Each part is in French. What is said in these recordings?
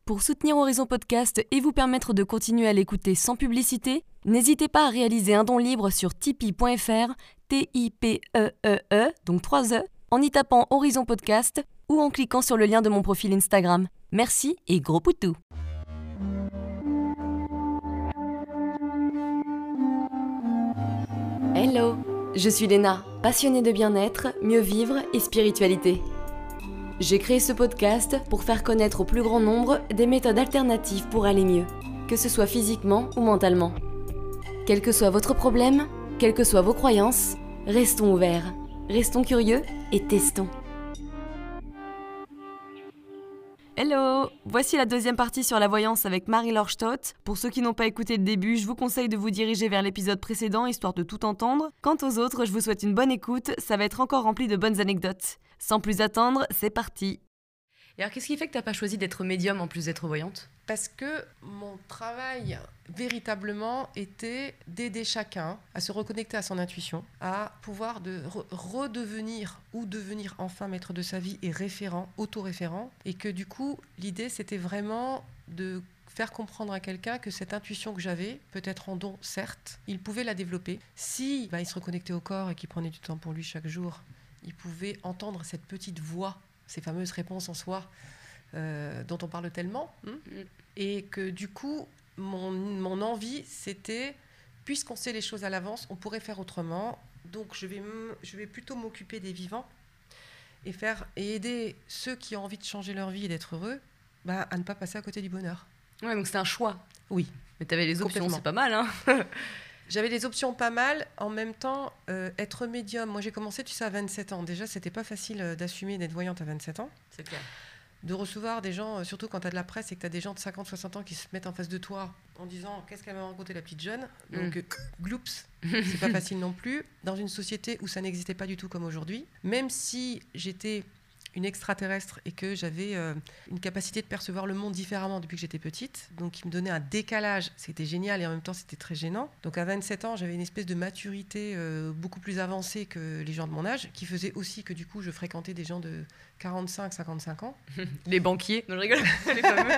Pour soutenir Horizon Podcast et vous permettre de continuer à l'écouter sans publicité, n'hésitez pas à réaliser un don libre sur tipeee.fr, T-I-P-E-E-E, donc 3 E, en y tapant Horizon Podcast ou en cliquant sur le lien de mon profil Instagram. Merci et gros poutou. Hello, je suis Léna, passionnée de bien-être, mieux vivre et spiritualité. J'ai créé ce podcast pour faire connaître au plus grand nombre des méthodes alternatives pour aller mieux, que ce soit physiquement ou mentalement. Quel que soit votre problème, quelles que soient vos croyances, restons ouverts, restons curieux et testons. Hello! Voici la deuxième partie sur la voyance avec Marie-Laure Stott. Pour ceux qui n'ont pas écouté le début, je vous conseille de vous diriger vers l'épisode précédent, histoire de tout entendre. Quant aux autres, je vous souhaite une bonne écoute, ça va être encore rempli de bonnes anecdotes. Sans plus attendre, c'est parti! Et alors, qu'est-ce qui fait que tu n'as pas choisi d'être médium en plus d'être voyante? Parce que mon travail, véritablement, était d'aider chacun à se reconnecter à son intuition, à pouvoir redevenir ou devenir enfin maître de sa vie et référent, autoréférent. Et que du coup, l'idée, c'était vraiment de faire comprendre à quelqu'un que cette intuition que j'avais, peut-être en don, certes, il pouvait la développer. Si il se reconnectait au corps et qu'il prenait du temps pour lui chaque jour, il pouvait entendre cette petite voix, ces fameuses réponses en soi, dont on parle tellement, et que du coup, mon envie, c'était, puisqu'on sait les choses à l'avance, on pourrait faire autrement, donc je vais plutôt m'occuper des vivants et aider ceux qui ont envie de changer leur vie et d'être heureux, à ne pas passer à côté du bonheur. Ouais, donc c'est un choix. Oui. Mais tu avais les options, c'est pas mal, hein. J'avais des options pas mal. En même temps, être médium, moi j'ai commencé, tu sais, à 27 ans. Déjà, c'était pas facile d'assumer d'être voyante à 27 ans. C'est clair. De recevoir des gens, surtout quand tu as de la presse et que tu as des gens de 50-60 ans qui se mettent en face de toi en disant « Qu'est-ce qu'elle m'a raconté la petite jeune ?» Donc, gloops, c'est pas facile non plus. Dans une société où ça n'existait pas du tout comme aujourd'hui. Même si j'étais une extraterrestre et que j'avais une capacité de percevoir le monde différemment depuis que j'étais petite, donc qui me donnait un décalage, c'était génial et en même temps c'était très gênant. Donc à 27 ans, j'avais une espèce de maturité beaucoup plus avancée que les gens de mon âge, qui faisait aussi que du coup je fréquentais des gens de 45-55 ans. Les banquiers, non je rigole, les fameux.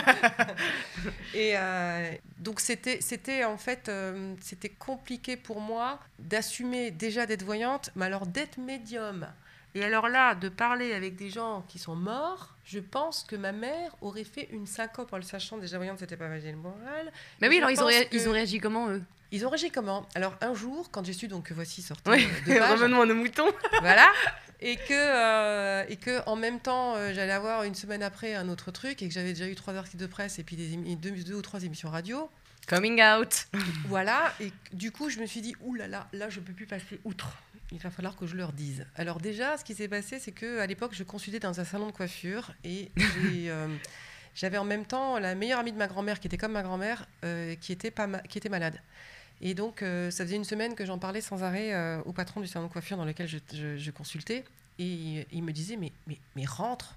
Et donc c'était en fait, c'était compliqué pour moi d'assumer déjà d'être voyante, mais alors d'être médium. Et alors là, de parler avec des gens qui sont morts, je pense que ma mère aurait fait une syncope en le sachant. Déjà, voyante, c'était pas Magie le moral. Mais oui, alors ils ont réagi comment, eux? Ils ont réagi comment? Alors, un jour, quand j'ai su donc, que Voici sortait de page... Remène-moi nos moutons. Voilà. Et que en même temps, j'allais avoir une semaine après un autre truc et que j'avais déjà eu 3 articles de presse et puis deux ou 3 émissions radio. Coming out. Voilà. Et du coup, je me suis dit, oulala, là, je peux plus passer outre. Il va falloir que je leur dise. Alors déjà, ce qui s'est passé, c'est qu'à l'époque, je consultais dans un salon de coiffure et j'avais en même temps la meilleure amie de ma grand-mère, qui était comme ma grand-mère, qui était malade. Et donc, ça faisait une semaine que j'en parlais sans arrêt au patron du salon de coiffure dans lequel je consultais. Et il me disait, mais rentre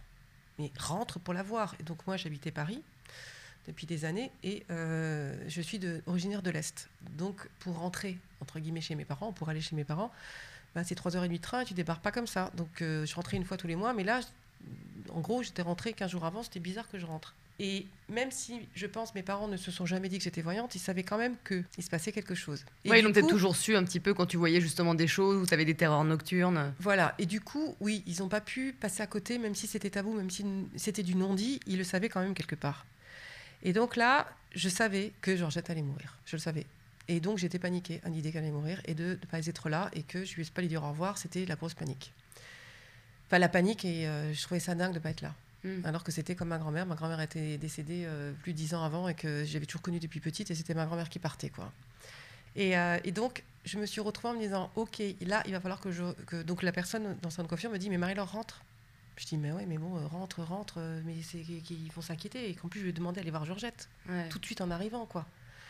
pour la voir. Et donc moi, j'habitais Paris depuis des années et je suis originaire de l'Est. Donc, pour rentrer, entre guillemets, chez mes parents, pour aller chez mes parents, c'est 3h30 de train et tu débarques pas comme ça. Donc, je rentrais une fois tous les mois, mais là, en gros, j'étais rentrée 15 jours avant, c'était bizarre que je rentre. Et même si, je pense, mes parents ne se sont jamais dit que j'étais voyante, ils savaient quand même qu'il se passait quelque chose. Ouais, ils l'ont peut-être toujours su un petit peu quand tu voyais justement des choses où tu avais des terreurs nocturnes. Voilà, et du coup, oui, ils n'ont pas pu passer à côté, même si c'était tabou, même si c'était du non-dit, ils le savaient quand même quelque part. Et donc là, je savais que Georgette allait mourir, je le savais. Et donc j'étais paniquée à l'idée qu'elle allait mourir et de ne pas être là et que je ne lui ai pas lui dire au revoir, c'était la grosse panique. Enfin, la panique, et je trouvais ça dingue de ne pas être là. Alors que c'était comme ma grand-mère. Ma grand-mère était décédée plus de 10 ans avant et que j'avais toujours connue depuis petite et c'était ma grand-mère qui partait, quoi. Et donc, je me suis retrouvée en me disant, OK, là, il va falloir que donc la personne dans son coiffure me dit, mais Marie-Laure, rentre. Je dis, mais ouais, mais bon, rentre, mais c'est qu'ils vont s'inquiéter et qu'en plus, je lui ai demandé d'aller voir Georgette, tout de suite en arrivant, quoi.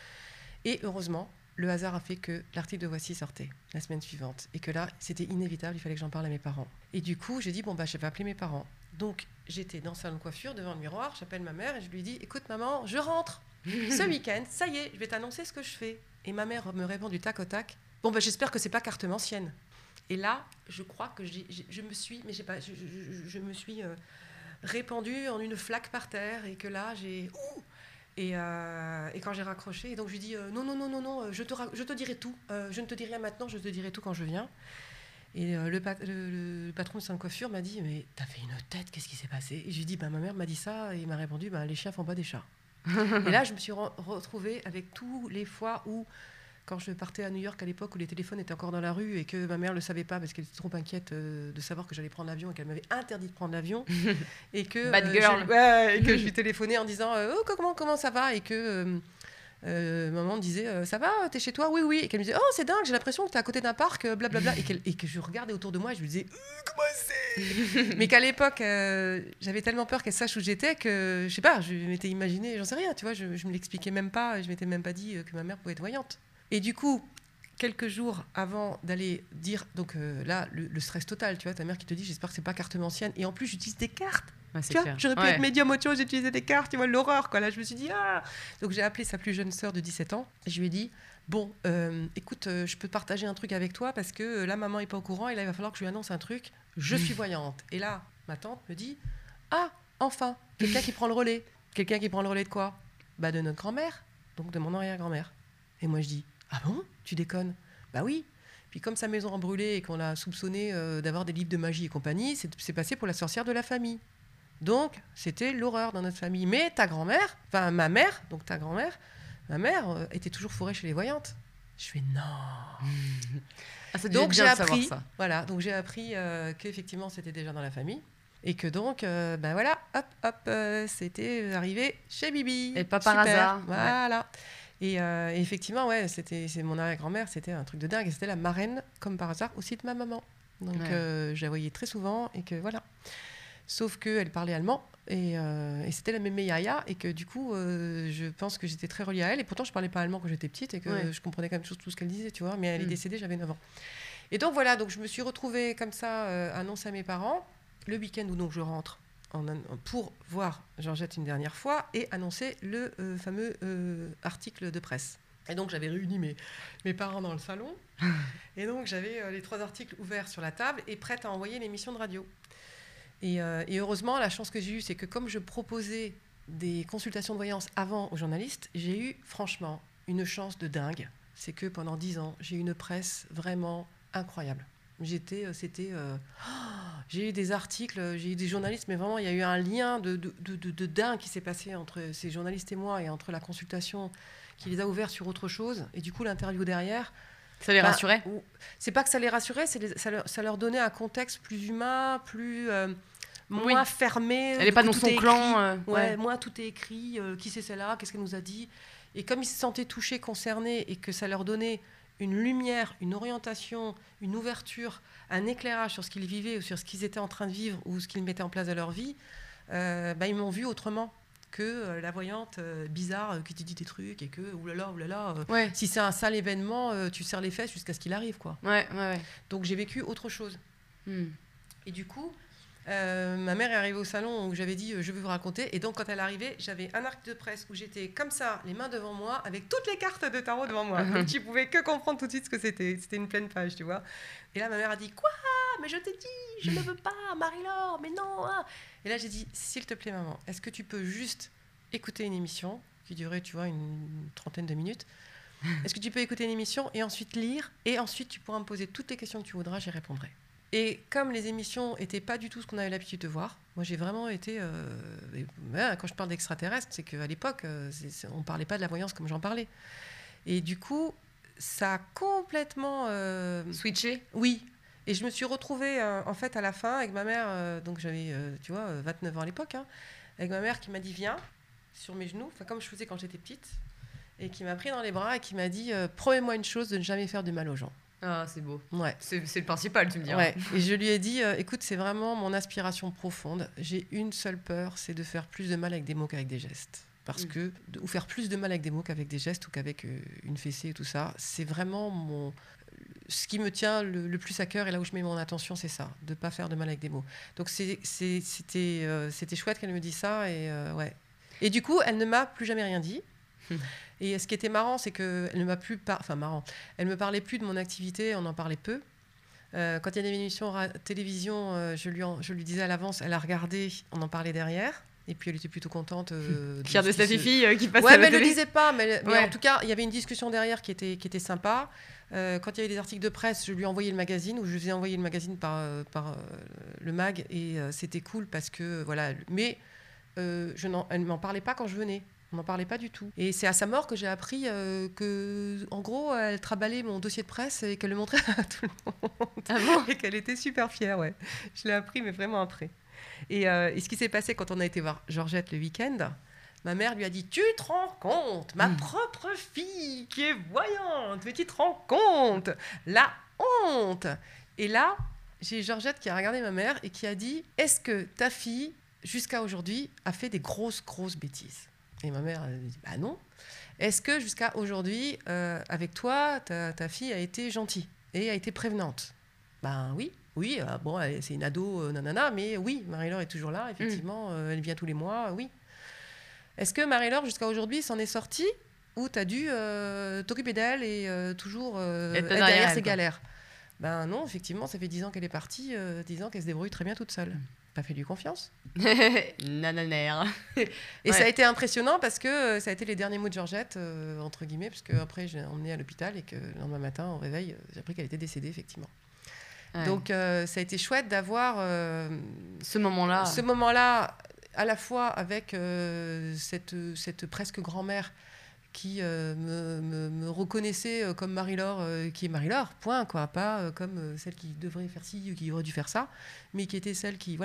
Et heureusement, le hasard a fait que l'article de Voici sortait la semaine suivante et que là, c'était inévitable, il fallait que j'en parle à mes parents. Et du coup, j'ai dit, je vais appeler mes parents. Donc, j'étais dans le salon de coiffure, devant le miroir, j'appelle ma mère et je lui dis, écoute maman, je rentre ce week-end, ça y est, je vais t'annoncer ce que je fais. Et ma mère me répond du tac au tac, j'espère que c'est pas cartomancienne. Et là, je crois que je me suis répandu en une flaque par terre et que là, j'ai... Et quand j'ai raccroché, et donc je lui dis non, je te dirai tout. Je ne te dis rien maintenant, je te dirai tout quand je viens. Et le patron de salon de coiffure m'a dit mais t'as fait une tête, qu'est-ce qui s'est passé? Et je lui ai dit ma mère m'a dit ça et il m'a répondu les chiens font pas des chats. Et là je me suis retrouvée avec tous les fois où quand je partais à New York à l'époque où les téléphones étaient encore dans la rue et que ma mère le savait pas parce qu'elle était trop inquiète de savoir que j'allais prendre l'avion et qu'elle m'avait interdit de prendre l'avion et que Bad girl. et que je lui téléphonais en disant comment ça va et que maman me disait ça va, t'es chez toi? Oui, et qu'elle me disait c'est dingue, j'ai l'impression que t'es à côté d'un parc, blablabla, et que je regardais autour de moi et je lui disais comment c'est. Mais qu'à l'époque j'avais tellement peur qu'elle sache où j'étais que je sais pas, je m'étais imaginé, j'en sais rien, tu vois, je me l'expliquais même pas, je m'étais même pas dit que ma mère pouvait être voyante. Et du coup quelques jours avant d'aller dire donc là le stress total, tu vois, ta mère qui te dit j'espère que c'est pas cartomancienne et en plus j'utilise des cartes. Ouais, tu vois, clair. j'aurais pu être médium autre chose, j'utilisais des cartes, tu vois, l'horreur quoi. Là je me suis dit Donc j'ai appelé sa plus jeune sœur de 17 ans et je lui ai dit bon écoute je peux partager un truc avec toi parce que là maman est pas au courant et là il va falloir que je lui annonce un truc, je suis voyante. Et là ma tante me dit enfin quelqu'un qui prend le relais. Quelqu'un qui prend le relais de quoi? De notre grand-mère, donc de mon arrière-grand-mère. Et moi je dis ah bon, tu déconnes? Bah oui. Puis comme sa maison a brûlé et qu'on l'a soupçonné d'avoir des livres de magie et compagnie, c'est passé pour la sorcière de la famille. Donc c'était l'horreur dans notre famille. Mais ta grand-mère, enfin ma mère, donc ta grand-mère, ma mère était toujours fourrée chez les voyantes. Je fais non. Donc j'ai appris, voilà, donc j'ai appris qu'effectivement c'était déjà dans la famille et que donc voilà, hop, c'était arrivé chez Bibi. Et pas par hasard. Voilà. Ouais. Et effectivement, c'est mon arrière-grand-mère, c'était un truc de dingue. Et c'était la marraine, comme par hasard, aussi de ma maman. Donc je la voyais très souvent et que voilà. Sauf qu'elle parlait allemand et c'était la même yaya et que du coup, je pense que j'étais très reliée à elle. Et pourtant, je parlais pas allemand quand j'étais petite et que je comprenais quand même tout ce qu'elle disait, tu vois. Mais elle est décédée, j'avais 9 ans. Et donc voilà, donc je me suis retrouvée comme ça, annonce à mes parents, le week-end où donc je rentre. Pour voir Georgette une dernière fois et annoncer le fameux article de presse. Et donc j'avais réuni mes parents dans le salon et donc j'avais les 3 articles ouverts sur la table et prête à envoyer l'émission de radio. Et heureusement, la chance que j'ai eue, c'est que comme je proposais des consultations de voyance avant aux journalistes, j'ai eu franchement une chance de dingue. C'est que pendant 10 ans, j'ai eu une presse vraiment incroyable. J'ai eu des articles, j'ai eu des journalistes, mais vraiment, il y a eu un lien de dingue qui s'est passé entre ces journalistes et moi et entre la consultation qui les a ouverts sur autre chose et du coup l'interview derrière. Ça les rassurait? C'est pas que ça les rassurait, ça leur donnait un contexte plus humain, plus moins fermé. Elle n'est pas dans son clan. Moi, tout est écrit. Qui c'est celle-là? Qu'est-ce qu'elle nous a dit? Et comme ils se sentaient touchés, concernés et que ça leur donnait une lumière, une orientation, une ouverture, un éclairage sur ce qu'ils vivaient ou sur ce qu'ils étaient en train de vivre ou ce qu'ils mettaient en place dans leur vie, ils m'ont vu autrement que la voyante bizarre qui te dit des trucs et que oulala, si c'est un sale événement, tu serres les fesses jusqu'à ce qu'il arrive, quoi. Donc j'ai vécu autre chose. Et du coup, ma mère est arrivée au salon où j'avais dit je vais vous raconter, et donc quand elle est arrivée, j'avais un article de presse où j'étais comme ça, les mains devant moi, avec toutes les cartes de tarot devant moi. Donc tu pouvais que comprendre tout de suite ce que c'était. C'était une pleine page, tu vois. Et là ma mère a dit quoi? Mais je t'ai dit, je ne veux pas, Marie-Laure, mais non. Et là j'ai dit s'il te plaît maman, est-ce que tu peux juste écouter une émission qui durait, tu vois, une 30aine de minutes. Est-ce que tu peux écouter une émission et ensuite lire, et ensuite tu pourras me poser toutes les questions que tu voudras, j'y répondrai. Et comme les émissions n'étaient pas du tout ce qu'on avait l'habitude de voir, moi j'ai vraiment été... quand je parle d'extraterrestres, c'est qu'à l'époque, on ne parlait pas de la voyance comme j'en parlais. Et du coup, ça a complètement... switché. Oui. Et je me suis retrouvée, en fait, à la fin, avec ma mère, donc j'avais, 29 ans à l'époque, avec ma mère qui m'a dit « Viens » sur mes genoux, comme je faisais quand j'étais petite, et qui m'a pris dans les bras et qui m'a dit « Promets-moi une chose, de ne jamais faire de mal aux gens ». Ah, c'est beau. Ouais. C'est le principal, tu me diras. Ouais. Et je lui ai dit, écoute, c'est vraiment mon aspiration profonde. J'ai une seule peur, c'est de faire plus de mal avec des mots qu'avec des gestes. Parce que, ou faire plus de mal avec des mots qu'avec des gestes ou qu'avec une fessée et tout ça, c'est vraiment ce qui me tient le plus à cœur, et là où je mets mon attention, c'est ça, de ne pas faire de mal avec des mots. Donc c'était chouette qu'elle me dise ça, et ouais. Et du coup, elle ne m'a plus jamais rien dit. Et ce qui était marrant, c'est qu'elle ne m'a plus... elle me parlait plus de mon activité, on en parlait peu. Quand il y a des émissions télévision, je lui disais à l'avance, elle a regardé, on en parlait derrière. Et puis elle était plutôt contente. Fière de sa fille qui passe à la mais elle télé. ne le disait pas. Mais en tout cas, il y avait une discussion derrière qui était sympa. Quand il y avait des articles de presse, je lui envoyais le magazine, ou je faisais envoyer le magazine par le mag. Et c'était cool parce que, voilà. Mais elle ne m'en parlait pas quand je venais. On n'en parlait pas du tout. Et c'est à sa mort que j'ai appris que, en gros, elle traballait mon dossier de presse et qu'elle le montrait à tout le monde. Ah bon? Et qu'elle était super fière, ouais. Je l'ai appris, mais vraiment après. Et ce qui s'est passé quand on a été voir Georgette le week-end, ma mère lui a dit « Tu te rends compte, ma propre fille qui est voyante, mais tu te rends compte, la honte !» Et là, j'ai Georgette qui a regardé ma mère et qui a dit « Est-ce que ta fille, jusqu'à aujourd'hui, a fait des grosses bêtises ?» Et ma mère a dit « Bah non. Est-ce que jusqu'à aujourd'hui, avec toi, ta fille a été gentille et a été prévenante ?» Ben oui. Oui, bon, c'est une ado, nanana, mais oui, Marie-Laure est toujours là, effectivement, elle vient tous les mois, oui. Est-ce que Marie-Laure, jusqu'à aujourd'hui, s'en est sortie ou t'as dû t'occuper d'elle et toujours être derrière ses galères? Ben non, effectivement, ça fait 10 ans qu'elle est partie, 10 ans qu'elle se débrouille très bien toute seule. T'as fait lui confiance. Nananère. Et ça a été impressionnant parce que ça a été les derniers mots de Georgette, entre guillemets, parce qu'après, je l'ai emmenée à l'hôpital et que le lendemain matin, au réveil, j'ai appris qu'elle était décédée, effectivement. Ouais. Donc, ça a été chouette d'avoir ce moment-là, à la fois avec cette presque grand-mère qui me reconnaissait comme Marie-Laure, qui est Marie-Laure, point, quoi, pas comme celle qui devrait faire ci ou qui aurait dû faire ça, mais qui était celle qui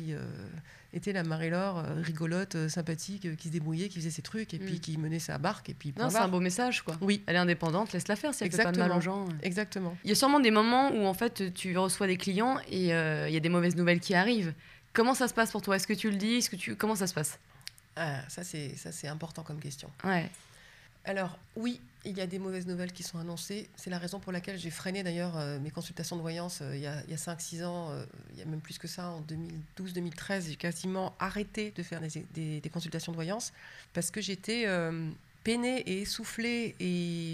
était la Marie-Laure rigolote, sympathique, qui se débrouillait, qui faisait ses trucs et puis qui menait sa barque. Et puis, non, c'est un beau message, quoi. Oui. Elle est indépendante, laisse-la faire si elle fait pas de mal aux gens. Exactement. Il y a sûrement des moments où en fait tu reçois des clients et il y a des mauvaises nouvelles qui arrivent. Comment ça se passe pour toi? Est-ce que tu le dis? Comment ça se passe? Ça c'est important comme question. Ouais. Alors oui, il y a des mauvaises nouvelles qui sont annoncées. C'est la raison pour laquelle j'ai freiné d'ailleurs mes consultations de voyance il y a 5-6 ans, il y a même plus que ça, en 2012-2013, j'ai quasiment arrêté de faire des consultations de voyance parce que j'étais peinée et essoufflée et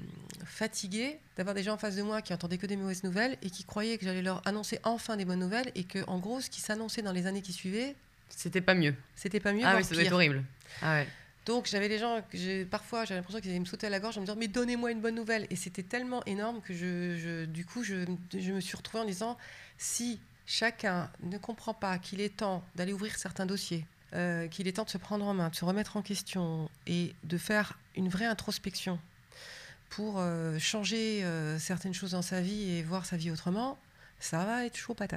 fatiguée d'avoir des gens en face de moi qui n'entendaient que des mauvaises nouvelles et qui croyaient que j'allais leur annoncer enfin des bonnes nouvelles et que, en gros, ce qui s'annonçait dans les années qui suivaient... C'était pas mieux. Ah oui, ça doit être horrible. Ah ouais. Donc, j'avais des gens, parfois, j'avais l'impression qu'ils allaient me sauter à la gorge en me disant « Mais donnez-moi une bonne nouvelle !» Et c'était tellement énorme que du coup, je me suis retrouvée en disant « Si chacun ne comprend pas qu'il est temps d'aller ouvrir certains dossiers, qu'il est temps de se prendre en main, de se remettre en question et de faire une vraie introspection pour changer certaines choses dans sa vie et voir sa vie autrement, ça va être chaud patate. »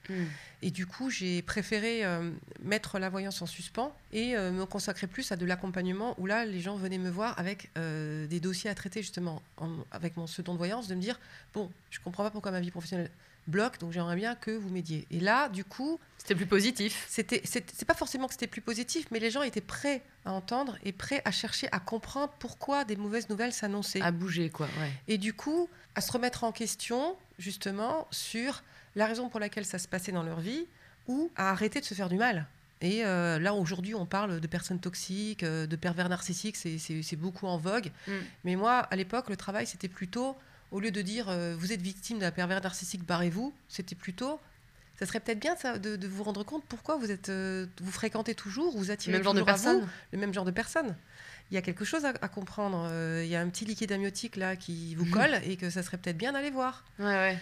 Et du coup, j'ai préféré mettre la voyance en suspens et me consacrer plus à de l'accompagnement où là, les gens venaient me voir avec des dossiers à traiter justement, avec ce don de voyance, de me dire « Bon, je ne comprends pas pourquoi ma vie professionnelle bloque, donc j'aimerais bien que vous m'aidiez. » Et là, du coup... C'était plus positif. C'est pas forcément que c'était plus positif, mais les gens étaient prêts à entendre et prêts à chercher à comprendre pourquoi des mauvaises nouvelles s'annonçaient. À bouger, quoi, ouais. Et du coup, à se remettre en question, justement, sur la raison pour laquelle ça se passait dans leur vie ou à arrêter de se faire du mal. Et là, aujourd'hui, on parle de personnes toxiques, de pervers narcissiques, c'est beaucoup en vogue. Mais moi, à l'époque, le travail, c'était plutôt, au lieu de dire vous êtes victime d'un pervers narcissique, barrez-vous, c'était plutôt... Ça serait peut-être bien de vous rendre compte pourquoi vous fréquentez toujours, vous attirez toujours à vous le même genre de personnes. Il y a quelque chose à comprendre. Il y a un petit liquide amniotique là qui vous colle et que ça serait peut-être bien d'aller voir. Ouais.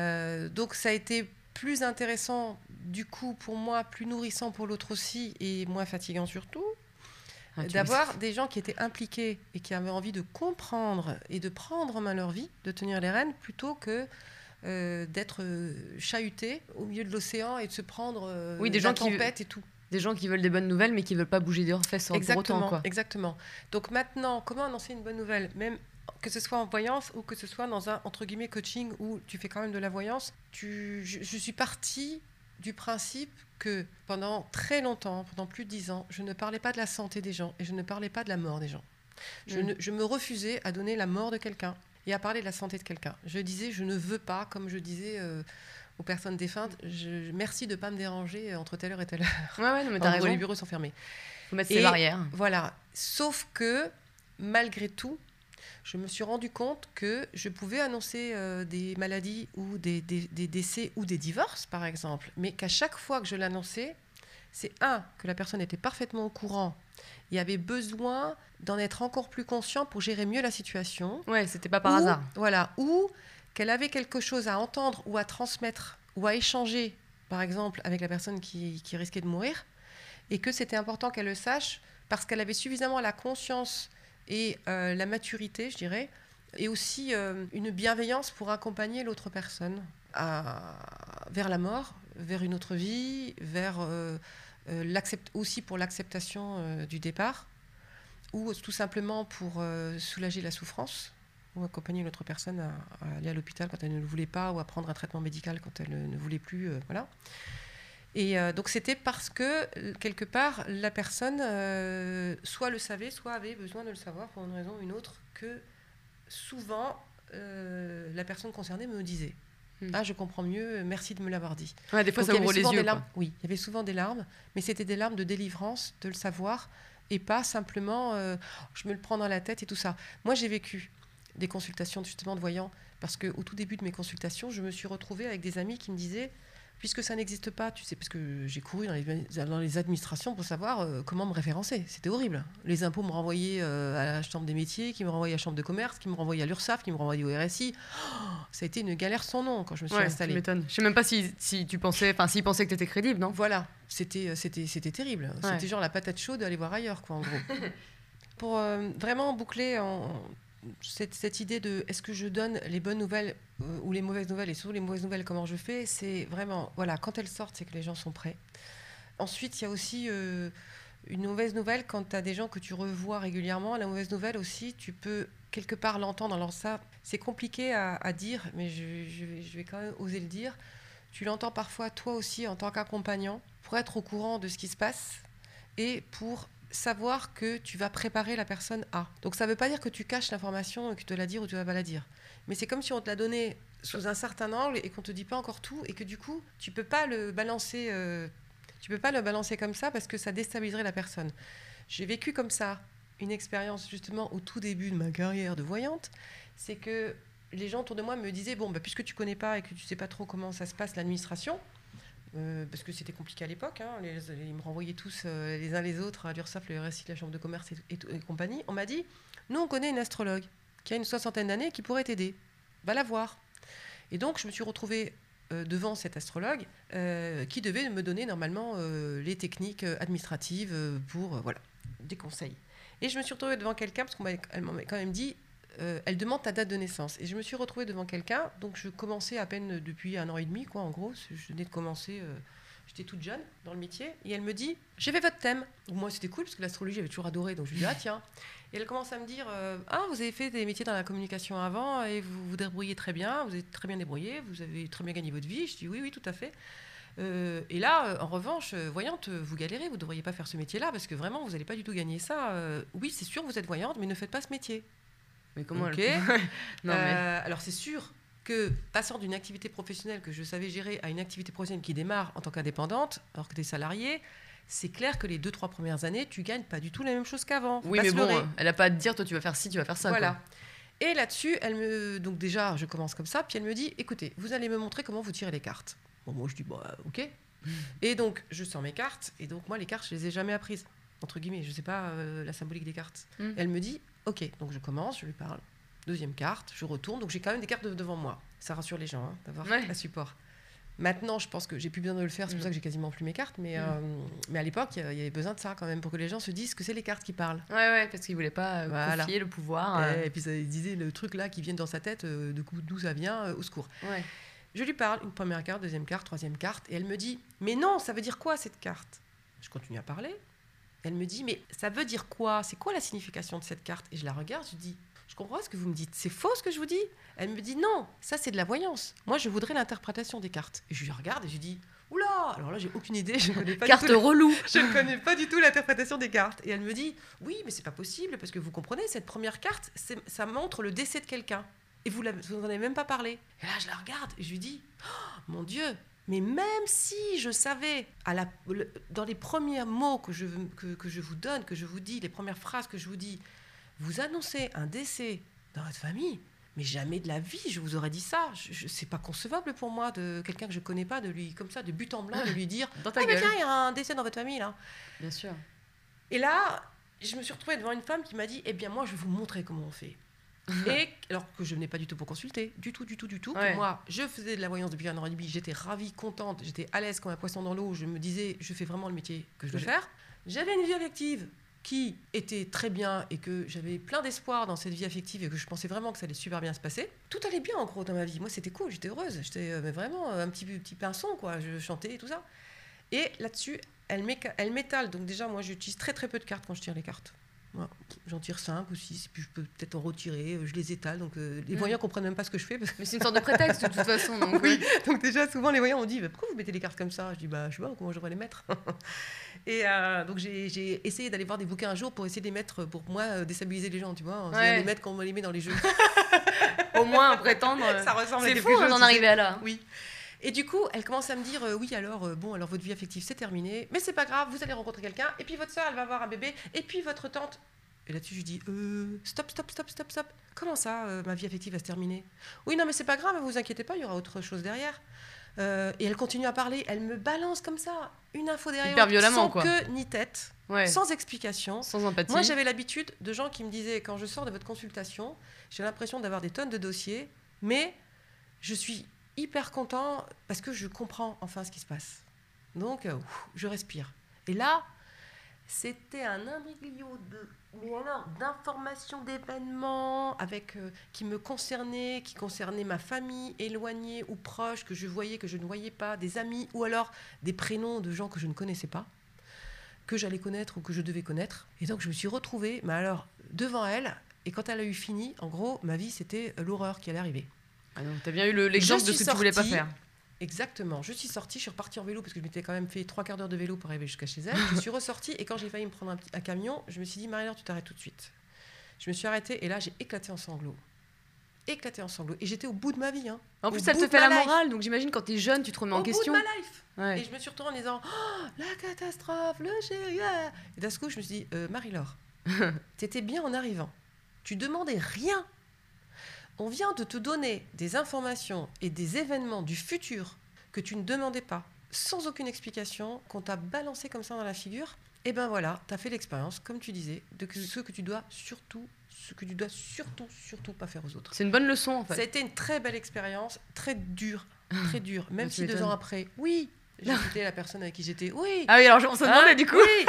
Donc ça a été plus intéressant du coup pour moi, plus nourrissant pour l'autre aussi et moins fatigant surtout, d'avoir des gens qui étaient impliqués et qui avaient envie de comprendre et de prendre en main leur vie, de tenir les rênes plutôt que d'être chahuté au milieu de l'océan et de se prendre des gens tempête et tout. Des gens qui veulent des bonnes nouvelles mais qui ne veulent pas bouger des fesses pour autant, quoi. Exactement. Donc maintenant, comment annoncer une bonne nouvelle, même que ce soit en voyance ou que ce soit dans un entre guillemets coaching où tu fais quand même de la voyance, je suis partie du principe que pendant très longtemps, pendant plus de 10 ans, je ne parlais pas de la santé des gens et je ne parlais pas de la mort des gens. Je me refusais à donner la mort de quelqu'un et à parler de la santé de quelqu'un. Je disais, je ne veux pas, comme je disais aux personnes défuntes, merci de ne pas me déranger entre telle heure et telle heure. Ouais, non, mais t'as raison. Les bureaux sont fermés. Il faut mettre ses barrières. Voilà. Sauf que, malgré tout, je me suis rendu compte que je pouvais annoncer des maladies ou des décès ou des divorces, par exemple, mais qu'à chaque fois que je l'annonçais, c'est que la personne était parfaitement au courant et avait besoin d'en être encore plus conscient pour gérer mieux la situation. Ouais, c'était pas par hasard. Voilà, ou qu'elle avait quelque chose à entendre ou à transmettre ou à échanger, par exemple, avec la personne qui risquait de mourir, et que c'était important qu'elle le sache parce qu'elle avait suffisamment la conscience et la maturité, je dirais, et aussi une bienveillance pour accompagner l'autre personne vers la mort, vers une autre vie, vers aussi pour l'acceptation du départ, ou tout simplement pour soulager la souffrance, ou accompagner l'autre personne à aller à l'hôpital quand elle ne le voulait pas, ou à prendre un traitement médical quand elle ne voulait plus. Voilà. Et donc c'était parce que, quelque part, la personne soit le savait, soit avait besoin de le savoir pour une raison ou une autre, que souvent la personne concernée me disait. Ah, je comprends mieux, merci de me l'avoir dit. Ouais, des fois, ça ouvre les yeux. Oui, il y avait souvent des larmes, mais c'était des larmes de délivrance, de le savoir, et pas simplement je me le prends dans la tête et tout ça. Moi, j'ai vécu des consultations justement de voyants, parce qu'au tout début de mes consultations, je me suis retrouvée avec des amis qui me disaient, puisque ça n'existe pas, tu sais, parce que j'ai couru dans les administrations pour savoir comment me référencer. C'était horrible. Les impôts me renvoyaient à la Chambre des métiers, qui me renvoyaient à la Chambre de commerce, qui me renvoyaient à l'URSSAF, qui me renvoyaient au RSI. Ça a été une galère sans nom quand je me suis installée. Tu m'étonnes. Je sais même pas si tu pensais, s'ils pensaient que tu étais crédible, non ? Voilà, c'était terrible. Ouais. C'était genre la patate chaude d'aller voir ailleurs, quoi, en gros. Pour vraiment boucler cette idée de est-ce que je donne les bonnes nouvelles ou les mauvaises nouvelles, et surtout les mauvaises nouvelles, comment je fais, c'est vraiment, voilà, quand elles sortent, c'est que les gens sont prêts. Ensuite, il y a aussi une mauvaise nouvelle quand tu as des gens que tu revois régulièrement. La mauvaise nouvelle aussi, tu peux quelque part l'entendre. Alors ça, c'est compliqué à dire, mais je vais quand même oser le dire. Tu l'entends parfois toi aussi en tant qu'accompagnant pour être au courant de ce qui se passe et pour savoir que tu vas préparer la personne à. Donc ça ne veut pas dire que tu caches l'information et que tu dois la dire ou tu ne vas pas la dire. Mais c'est comme si on te l'a donné sous un certain angle et qu'on ne te dit pas encore tout et que du coup, tu ne peux pas le balancer comme ça parce que ça déstabiliserait la personne. J'ai vécu comme ça une expérience justement au tout début de ma carrière de voyante. C'est que les gens autour de moi me disaient, puisque tu ne connais pas et que tu ne sais pas trop comment ça se passe, l'administration, parce que c'était compliqué à l'époque, hein, ils me renvoyaient tous les uns les autres à l'URSSAF, le RSI, la Chambre de commerce et compagnie. On m'a dit, nous on connaît une astrologue qui a une 60aine d'années et qui pourrait t'aider, va la voir. Et donc je me suis retrouvée devant cette astrologue qui devait me donner normalement les techniques administratives pour des conseils. Et je me suis retrouvée devant quelqu'un parce qu'elle m'a quand même dit elle demande ta date de naissance. Et je me suis retrouvée devant quelqu'un, donc je commençais à peine depuis 1 an et demi, quoi, en gros. Je venais de commencer, j'étais toute jeune dans le métier. Et elle me dit, j'ai fait votre thème. Donc moi, c'était cool, parce que l'astrologie, j'avais toujours adoré. Donc je lui dis, ah tiens. Et elle commence à me dire, vous avez fait des métiers dans la communication avant, et vous vous débrouillez très bien, vous êtes très bien débrouillé, vous avez très bien gagné votre vie. Je dis, oui, tout à fait. Et là, en revanche, voyante, vous galérez, vous ne devriez pas faire ce métier-là, parce que vraiment, vous n'allez pas du tout gagner ça. Oui, c'est sûr, vous êtes voyante, mais ne faites pas ce métier. Mais comment non, alors c'est sûr que passant d'une activité professionnelle que je savais gérer à une activité professionnelle qui démarre en tant qu'indépendante, alors que tu es salarié, c'est clair que les 2-3 premières années, tu gagnes pas du tout la même chose qu'avant. Oui, mais bon, elle n'a pas à te dire, toi tu vas faire ci, tu vas faire ça. Voilà. Quoi. Et là-dessus, donc déjà, je commence comme ça, puis elle me dit, écoutez, vous allez me montrer comment vous tirez les cartes. Bon, moi je dis, ok. Et donc, je sors mes cartes, et donc moi, les cartes, je les ai jamais apprises, entre guillemets, je sais pas la symbolique des cartes. Et elle me dit, ok, donc je commence, je lui parle. 2e carte, je retourne. Donc j'ai quand même des cartes devant moi. Ça rassure les gens d'avoir un support. Maintenant, je pense que j'ai plus besoin de le faire. C'est pour ça que j'ai quasiment plus mes cartes. Mais à l'époque, il y avait besoin de ça quand même pour que les gens se disent que c'est les cartes qui parlent. Ouais, parce qu'ils voulaient pas confier le pouvoir. Et puis ça disait le truc là qui vient dans sa tête, d'où ça vient, au secours. Ouais. Je lui parle, une première carte, 2e carte, 3e carte, et elle me dit, mais non, ça veut dire quoi cette carte ? Je continue à parler. Elle me dit, mais ça veut dire quoi ? C'est quoi la signification de cette carte ? Et je la regarde, je dis, je comprends ce que vous me dites. C'est faux ce que je vous dis ? Elle me dit, non, ça c'est de la voyance. Moi, je voudrais l'interprétation des cartes. Et je lui regarde et je dis, oula, alors là, j'ai aucune idée. Je ne connais pas carte relou. Je ne connais pas du tout l'interprétation des cartes. Et elle me dit, oui, mais c'est pas possible parce que vous comprenez, cette première carte, ça montre le décès de quelqu'un. Et vous n'en avez même pas parlé. Et là, je la regarde et je lui dis, oh, mon Dieu, mais même si je savais, dans les premiers mots que je vous donne, que je vous dis, les premières phrases que je vous dis, vous annoncez un décès dans votre famille, mais jamais de la vie, je vous aurais dit ça. C'est pas concevable pour moi de quelqu'un que je connais pas, de lui, comme ça, de but en blanc, de lui dire Dans ta ah, mais gueule. tiens, il y a un décès dans votre famille, là. Bien sûr. Et là, je me suis retrouvée devant une femme qui m'a dit, eh bien, moi, je vais vous montrer comment on fait. Et alors que je venais pas du tout pour consulter, du tout, Ouais. que moi, je faisais de la voyance depuis 1 an et demi, j'étais ravie, contente, j'étais à l'aise comme un poisson dans l'eau, je me disais, je fais vraiment le métier que je veux faire. J'avais une vie affective qui était très bien et que j'avais plein d'espoir dans cette vie affective et que je pensais vraiment que ça allait super bien se passer. Tout allait bien en gros dans ma vie. Moi, c'était cool, j'étais heureuse, j'étais mais vraiment un petit pinson, quoi. Je chantais et tout ça. Et là-dessus, elle m'étale. Donc déjà, moi, j'utilise très très peu de cartes quand je tire les cartes. Moi, j'en tire 5 ou 6, puis je peux peut-être en retirer, je les étale. Donc les voyants comprennent même pas ce que je fais. Parce que... Mais c'est une sorte de prétexte de toute façon. Donc, oui, donc déjà, souvent, les voyants ont dit pourquoi vous mettez les cartes comme ça? Je dis je sais pas comment je devrais les mettre. Et donc j'ai essayé d'aller voir des bouquins un jour pour essayer de les mettre, pour moi, déstabiliser les gens, tu vois, en essayant de les mettre quand on les met dans les jeux. Au moins prétendre. Ça ressemble à c'est quelque fou chose, d'en tu arriver sais. à là. Oui. Et du coup, elle commence à me dire oui, alors alors votre vie affective c'est terminé, mais c'est pas grave, vous allez rencontrer quelqu'un, et puis votre soeur elle va avoir un bébé, et puis votre tante. Et là-dessus je dis stop. Comment ça, ma vie affective va se terminer? Oui, non, mais c'est pas grave, vous inquiétez pas, il y aura autre chose derrière. Et elle continue à parler, elle me balance comme ça une info derrière, hyper violemment, sans quoi. queue ni tête, Ouais. sans explication. Sans empathie. Moi, j'avais l'habitude de gens qui me disaient, quand je sors de votre consultation, j'ai l'impression d'avoir des tonnes de dossiers, mais je suis hyper content parce que je comprends enfin ce qui se passe. Donc, je respire. Et là, c'était un imbroglio d'informations, d'événements qui me concernaient, qui concernaient ma famille, éloignée ou proche, que je voyais, que je ne voyais pas, des amis, ou alors des prénoms de gens que je ne connaissais pas, que j'allais connaître ou que je devais connaître. Et donc, je me suis retrouvée, mais alors, devant elle, et quand elle a eu fini, en gros, ma vie, c'était l'horreur qui allait arriver. Ah non, t'as bien eu l'exemple de ce que tu voulais pas faire. Exactement. Je suis sortie, je suis repartie en vélo parce que je m'étais quand même fait 3/4 d'heure de vélo pour arriver jusqu'à chez elle. Je suis ressortie et quand j'ai failli me prendre un camion, je me suis dit, Marie-Laure, tu t'arrêtes tout de suite. Je me suis arrêtée et là, j'ai éclaté en sanglots. Et j'étais au bout de ma vie. Hein. En plus, ça te fait la morale. Donc j'imagine quand t'es jeune, tu te remets en question. Au bout de ma life. Ouais. Et je me suis retournée en disant, la catastrophe, le chéri. Et d'un coup, je me suis dit, Marie-Laure, t'étais bien en arrivant. Tu demandais rien. On vient de te donner des informations et des événements du futur que tu ne demandais pas, sans aucune explication, qu'on t'a balancé comme ça dans la figure. Et ben voilà, t'as fait l'expérience, comme tu disais, de ce que tu dois surtout pas faire aux autres. C'est une bonne leçon, en fait. Ça a été une très belle expérience, très dure. Même tu si 2 m'étonnes. ans après, oui, j'ai quitté la personne avec qui j'étais, oui. Ah oui, alors on se demandait du coup. Oui.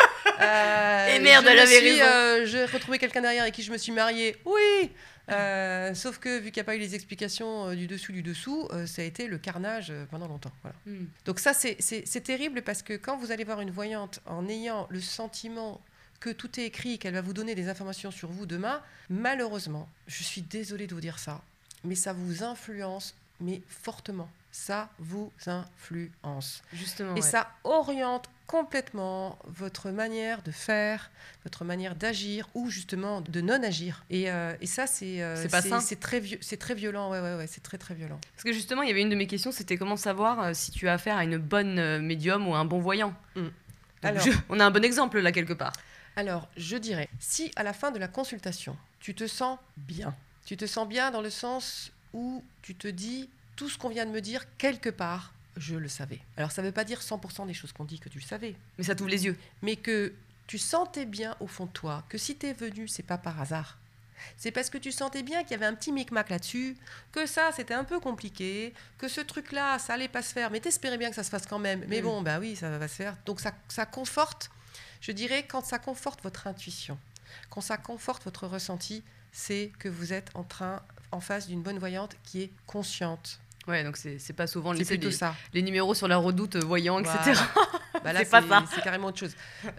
Et merde, elle avait raison. J'ai retrouvé quelqu'un derrière avec qui je me suis mariée. Oui. Sauf que vu qu'il n'y a pas eu les explications du dessous, ça a été le carnage pendant longtemps. Voilà. Donc ça, c'est terrible parce que quand vous allez voir une voyante en ayant le sentiment que tout est écrit, qu'elle va vous donner des informations sur vous demain, malheureusement, je suis désolée de vous dire ça, mais ça vous influence, mais fortement. Ça vous influence. Justement. Et ça oriente complètement votre manière de faire, votre manière d'agir ou justement de non-agir. Et ça, c'est pas sain. C'est très violent. Ouais, c'est très, très violent. Parce que justement, il y avait une de mes questions, c'était comment savoir si tu as affaire à une bonne médium ou un bon voyant. Alors, on a un bon exemple là, quelque part. Alors, je dirais, si à la fin de la consultation, tu te sens bien dans le sens où tu te dis, tout ce qu'on vient de me dire, quelque part, je le savais. Alors, ça ne veut pas dire 100% des choses qu'on dit que tu le savais. Mais ça t'ouvre les yeux. Mais que tu sentais bien au fond de toi que si tu es venu, c'est pas par hasard. C'est parce que tu sentais bien qu'il y avait un petit micmac là-dessus, que ça, c'était un peu compliqué, que ce truc-là, ça allait pas se faire, mais t'espérais bien que ça se fasse quand même. Mais bon, bah oui, ça va se faire. Donc, ça conforte, je dirais, quand ça conforte votre intuition, quand ça conforte votre ressenti, c'est que vous êtes en face d'une bonne voyante qui est consciente. Ouais, donc c'est pas souvent C'est plutôt ça. Les numéros sur la redoute, voyant, etc. Bah là, c'est pas ça. C'est carrément autre chose.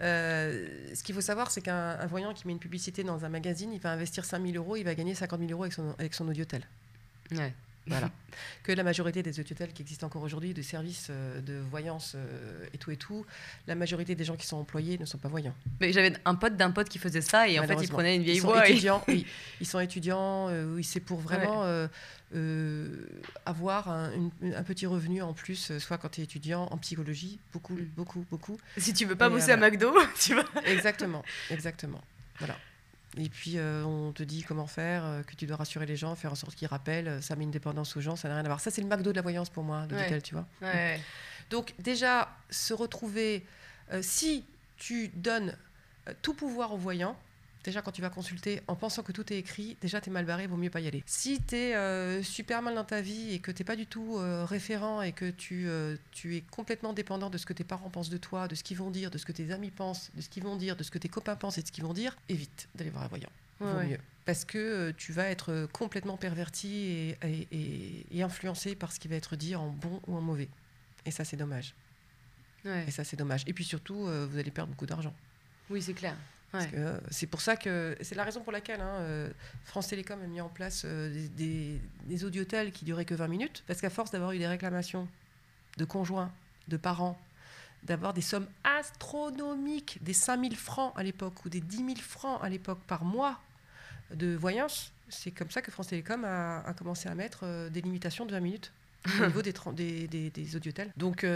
Ce qu'il faut savoir, c'est qu'un voyant qui met une publicité dans un magazine, il va investir 5 000 €, il va gagner 50 000 € avec son audiotel. Ouais. Voilà. Que la majorité des audiothèques qui existent encore aujourd'hui, de services de voyance et tout, la majorité des gens qui sont employés ne sont pas voyants. Mais j'avais un pote d'un pote qui faisait ça et en fait il prenait une vieille voix. Oui, ils sont étudiants, oui, c'est pour vraiment avoir un petit revenu en plus, soit quand tu es étudiant en psychologie, beaucoup. Si tu veux pas bosser à McDo, tu vas. Exactement. Voilà. Et puis, on te dit comment faire, que tu dois rassurer les gens, faire en sorte qu'ils rappellent. Ça met une dépendance aux gens, ça n'a rien à voir. Ça, c'est le McDo de la voyance pour moi, le Dutel, tu vois. Ouais. Donc, déjà, se retrouver... si tu donnes tout pouvoir au voyant, déjà, quand tu vas consulter en pensant que tout est écrit, déjà, t'es mal barré, il vaut mieux pas y aller. Si t'es super mal dans ta vie et que t'es pas du tout référent et que tu es complètement dépendant de ce que tes parents pensent de toi, de ce qu'ils vont dire, de ce que tes amis pensent, de ce qu'ils vont dire, de ce que tes copains pensent et de ce qu'ils vont dire, évite d'aller voir un voyant. Vaut mieux. Parce que tu vas être complètement perverti et influencé par ce qui va être dit en bon ou en mauvais. Et ça, c'est dommage. Ouais. Et ça, c'est dommage. Et puis surtout, vous allez perdre beaucoup d'argent. Oui, c'est clair. Parce que c'est pour ça que c'est la raison pour laquelle France Télécom a mis en place des audiotels qui duraient que 20 minutes, parce qu'à force d'avoir eu des réclamations de conjoints, de parents, d'avoir des sommes astronomiques, des 5 000 francs à l'époque ou des 10 000 francs à l'époque par mois de voyance, c'est comme ça que France Télécom a commencé à mettre des limitations de 20 minutes au niveau des audiotels. Donc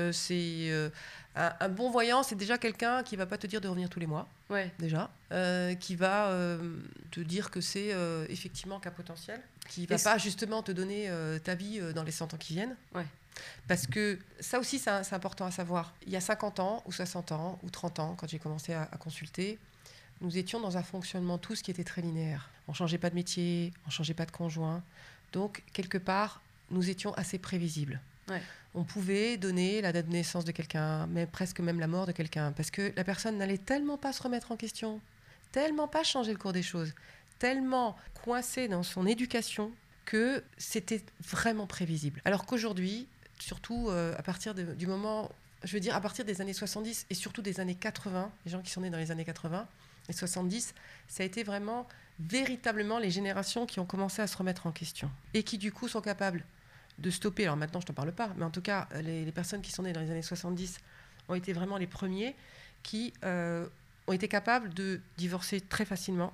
un bon voyant, c'est déjà quelqu'un qui va pas te dire de revenir tous les mois, déjà, qui va te dire que c'est effectivement qu'un potentiel, qui va pas justement te donner ta vie dans les 100 ans qui viennent. Parce que ça aussi, c'est important à savoir. Il y a 50 ans, ou 60 ans, ou 30 ans, quand j'ai commencé à consulter, nous étions dans un fonctionnement tous qui était très linéaire. On ne changeait pas de métier, on ne changeait pas de conjoint. Donc, quelque part, nous étions assez prévisibles. On pouvait donner la date de naissance de quelqu'un, mais presque même la mort de quelqu'un, parce que la personne n'allait tellement pas se remettre en question, tellement pas changer le cours des choses, tellement coincée dans son éducation que c'était vraiment prévisible. Alors qu'aujourd'hui, surtout à partir du moment, je veux dire à partir des années 70 et surtout des années 80, les gens qui sont nés dans les années 80 et 70, ça a été vraiment véritablement les générations qui ont commencé à se remettre en question et qui du coup sont capables de stopper. Alors maintenant, je ne t'en parle pas, mais en tout cas, les personnes qui sont nées dans les années 70 ont été vraiment les premiers qui ont été capables de divorcer très facilement,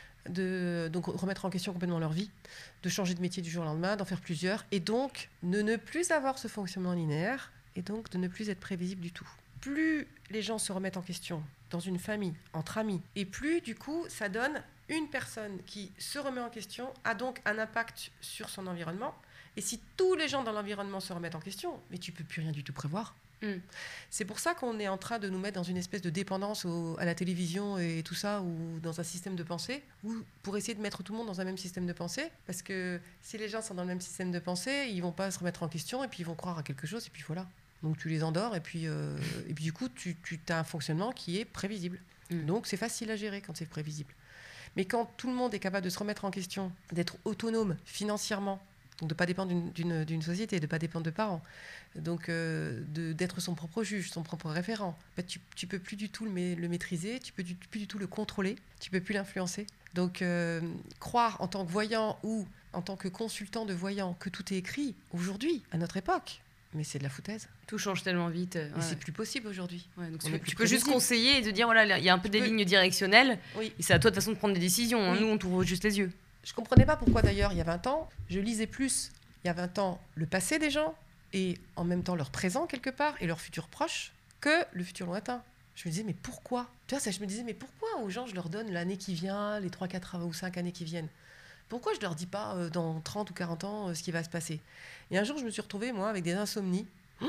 de donc remettre en question complètement leur vie, de changer de métier du jour au lendemain, d'en faire plusieurs, et donc de ne plus avoir ce fonctionnement linéaire, et donc de ne plus être prévisible du tout. Plus les gens se remettent en question dans une famille, entre amis, et plus du coup, ça donne une personne qui se remet en question, a donc un impact sur son environnement. Et si tous les gens dans l'environnement se remettent en question, mais tu ne peux plus rien du tout prévoir. C'est pour ça qu'on est en train de nous mettre dans une espèce de dépendance à la télévision et tout ça, ou dans un système de pensée, ou pour essayer de mettre tout le monde dans un même système de pensée. Parce que si les gens sont dans le même système de pensée, ils ne vont pas se remettre en question, et puis ils vont croire à quelque chose, et puis voilà. Donc tu les endors, et puis du coup, tu as un fonctionnement qui est prévisible. Donc c'est facile à gérer quand c'est prévisible. Mais quand tout le monde est capable de se remettre en question, d'être autonome financièrement, donc de ne pas dépendre d'une société, de ne pas dépendre de parents, donc d'être son propre juge, son propre référent, tu ne peux plus du tout le maîtriser, tu ne peux plus du tout le contrôler, tu ne peux plus l'influencer. Donc croire en tant que voyant ou en tant que consultant de voyant que tout est écrit, aujourd'hui, à notre époque, mais c'est de la foutaise. Tout change tellement vite. Et c'est plus possible aujourd'hui. Donc tu peux juste conseiller et te dire, voilà, il y a un peu des lignes directionnelles, et c'est à toi de toute façon de prendre des décisions. Nous, on t'ouvre juste les yeux. Je ne comprenais pas pourquoi d'ailleurs, il y a 20 ans, je lisais plus, il y a 20 ans, le passé des gens, et en même temps leur présent quelque part, et leur futur proche, que le futur lointain. Je me disais, mais pourquoi ? Tu vois, je me disais, mais pourquoi aux gens je leur donne l'année qui vient, les 3, 4 ou 5 années qui viennent ? Pourquoi je ne leur dis pas dans 30 ou 40 ans ce qui va se passer ? Et un jour, je me suis retrouvée, moi, avec des insomnies,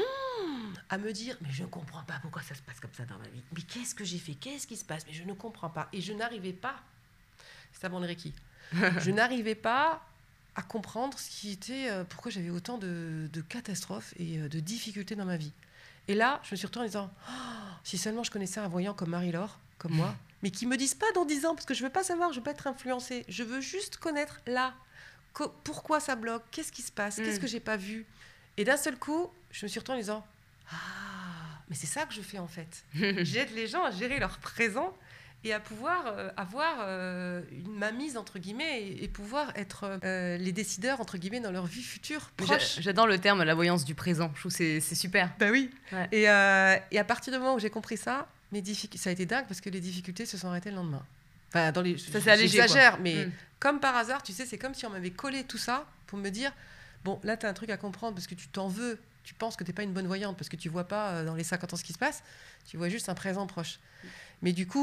à me dire, mais je ne comprends pas pourquoi ça se passe comme ça dans ma vie. Mais qu'est-ce que j'ai fait ? Qu'est-ce qui se passe ? Mais je ne comprends pas. Et je n'arrivais pas, c'est avant le Reiki, je n'arrivais pas à comprendre ce qui était, pourquoi j'avais autant de catastrophes et de difficultés dans ma vie. Et là, je me suis retournée en disant, si seulement je connaissais un voyant comme Marie-Laure, comme moi, mais qui ne me dise pas dans 10 ans, parce que je ne veux pas savoir, je ne veux pas être influencée. Je veux juste connaître là, pourquoi ça bloque, qu'est-ce qui se passe, qu'est-ce que je n'ai pas vu. Et d'un seul coup, je me suis retournée en disant, mais c'est ça que je fais en fait. J'aide les gens à gérer leur présent et à pouvoir avoir une mainmise, entre guillemets, et pouvoir être les décideurs, entre guillemets, dans leur vie future proche. J'adore le terme, la voyance du présent. Je trouve que c'est super. Bah oui. Ouais. Et à partir du moment où j'ai compris ça, ça a été dingue parce que les difficultés se sont arrêtées le lendemain. Enfin, ça c'est allégé, j'exagère, mais comme par hasard, tu sais, c'est comme si on m'avait collé tout ça pour me dire, bon, là, tu as un truc à comprendre parce que tu t'en veux, tu penses que tu n'es pas une bonne voyante parce que tu ne vois pas dans les 50 ans ce qui se passe, tu vois juste un présent proche. Mais du coup,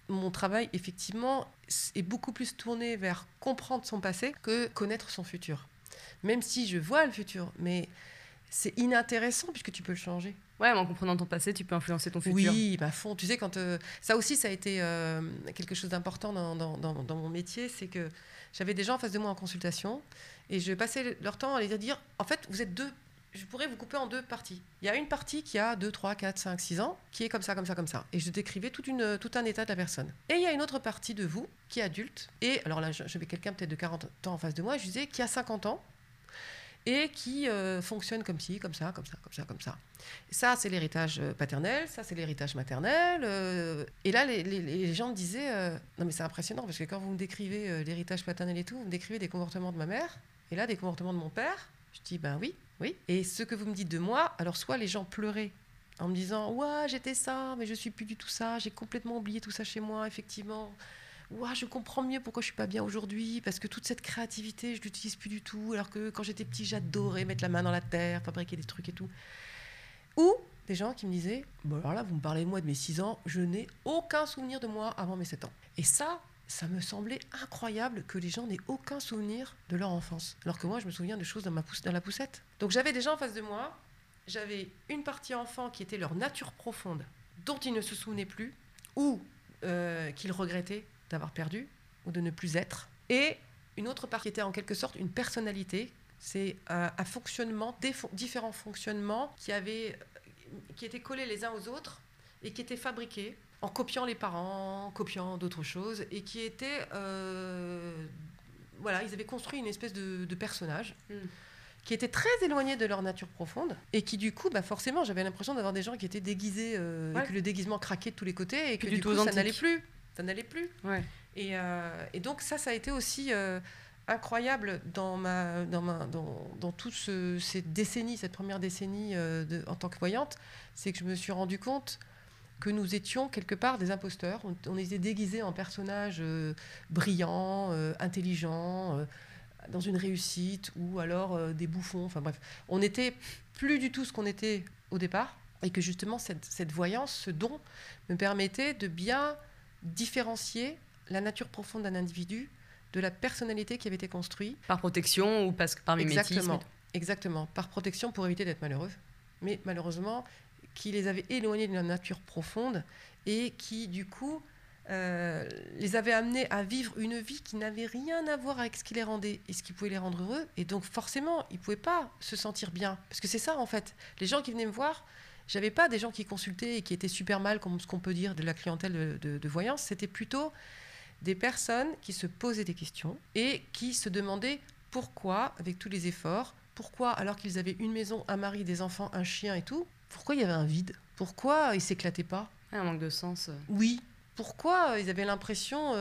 mon travail, effectivement, est beaucoup plus tourné vers comprendre son passé que connaître son futur. Même si je vois le futur, mais c'est inintéressant puisque tu peux le changer. Ouais, mais en comprenant ton passé, tu peux influencer ton futur. Oui, à fond. Tu sais, ça aussi, ça a été quelque chose d'important dans mon métier, c'est que j'avais des gens en face de moi en consultation et je passais leur temps à les dire, en fait, vous êtes deux. Je pourrais vous couper en deux parties. Il y a une partie qui a 2, 3, 4, 5, 6 ans, qui est comme ça, comme ça, comme ça. Et je décrivais tout un état de la personne. Et il y a une autre partie de vous, qui est adulte. Et alors là, j'avais quelqu'un peut-être de 40 ans en face de moi, et je disais, qui a 50 ans, et qui fonctionne comme ci, comme ça, comme ça, comme ça, comme ça. Ça, c'est l'héritage paternel, ça, c'est l'héritage maternel. Et là, les gens me disaient, non mais c'est impressionnant, parce que quand vous me décrivez l'héritage paternel et tout, vous me décrivez des comportements de ma mère, et là, des comportements de mon père. Je dis, ben oui. Oui. Et ce que vous me dites de moi, alors soit les gens pleuraient en me disant, ouais, j'étais ça, mais je suis plus du tout ça, j'ai complètement oublié tout ça chez moi, effectivement. Ouais, je comprends mieux pourquoi je suis pas bien aujourd'hui, parce que toute cette créativité, je l'utilise plus du tout, alors que quand j'étais petit, j'adorais mettre la main dans la terre, fabriquer des trucs et tout. Ou des gens qui me disaient, bon alors là, vous me parlez de moi de mes 6 ans, je n'ai aucun souvenir de moi avant mes 7 ans. Et ça me semblait incroyable que les gens n'aient aucun souvenir de leur enfance. Alors que moi, je me souviens de choses dans la poussette. Donc j'avais des gens en face de moi, j'avais une partie enfant qui était leur nature profonde, dont ils ne se souvenaient plus, ou qu'ils regrettaient d'avoir perdu, ou de ne plus être. Et une autre partie qui était en quelque sorte une personnalité, c'est un fonctionnement, différents fonctionnements qui étaient collés les uns aux autres et qui étaient fabriqués en copiant les parents, en copiant d'autres choses, et qui étaient... voilà, ils avaient construit une espèce de personnage qui était très éloigné de leur nature profonde, et qui du coup, forcément, j'avais l'impression d'avoir des gens qui étaient déguisés, et que le déguisement craquait de tous les côtés, et que du coup, ça n'allait plus. Ça n'allait plus. Ouais. Et donc ça a été aussi incroyable dans toute cette décennie, cette première décennie en tant que voyante, c'est que je me suis rendu compte que nous étions quelque part des imposteurs. On était déguisés en personnages brillants, intelligents, dans une réussite, ou alors des bouffons. Enfin bref, on n'était plus du tout ce qu'on était au départ, et que justement cette voyance, ce don, me permettait de bien différencier la nature profonde d'un individu de la personnalité qui avait été construite. Par protection ou parce que par mimétisme. Exactement, par protection pour éviter d'être malheureux. Mais malheureusement, qui les avait éloignés de leur nature profonde et qui, du coup, les avait amenés à vivre une vie qui n'avait rien à voir avec ce qui les rendait et ce qui pouvait les rendre heureux. Et donc, forcément, ils ne pouvaient pas se sentir bien. Parce que c'est ça, en fait. Les gens qui venaient me voir, j'avais pas des gens qui consultaient et qui étaient super mal, comme ce qu'on peut dire de la clientèle de voyance. C'était plutôt des personnes qui se posaient des questions et qui se demandaient pourquoi, avec tous les efforts, pourquoi, alors qu'ils avaient une maison, un mari, des enfants, un chien et tout, pourquoi il y avait un vide? Pourquoi ils ne s'éclataient pas? Un manque de sens. Oui. Pourquoi ils avaient l'impression,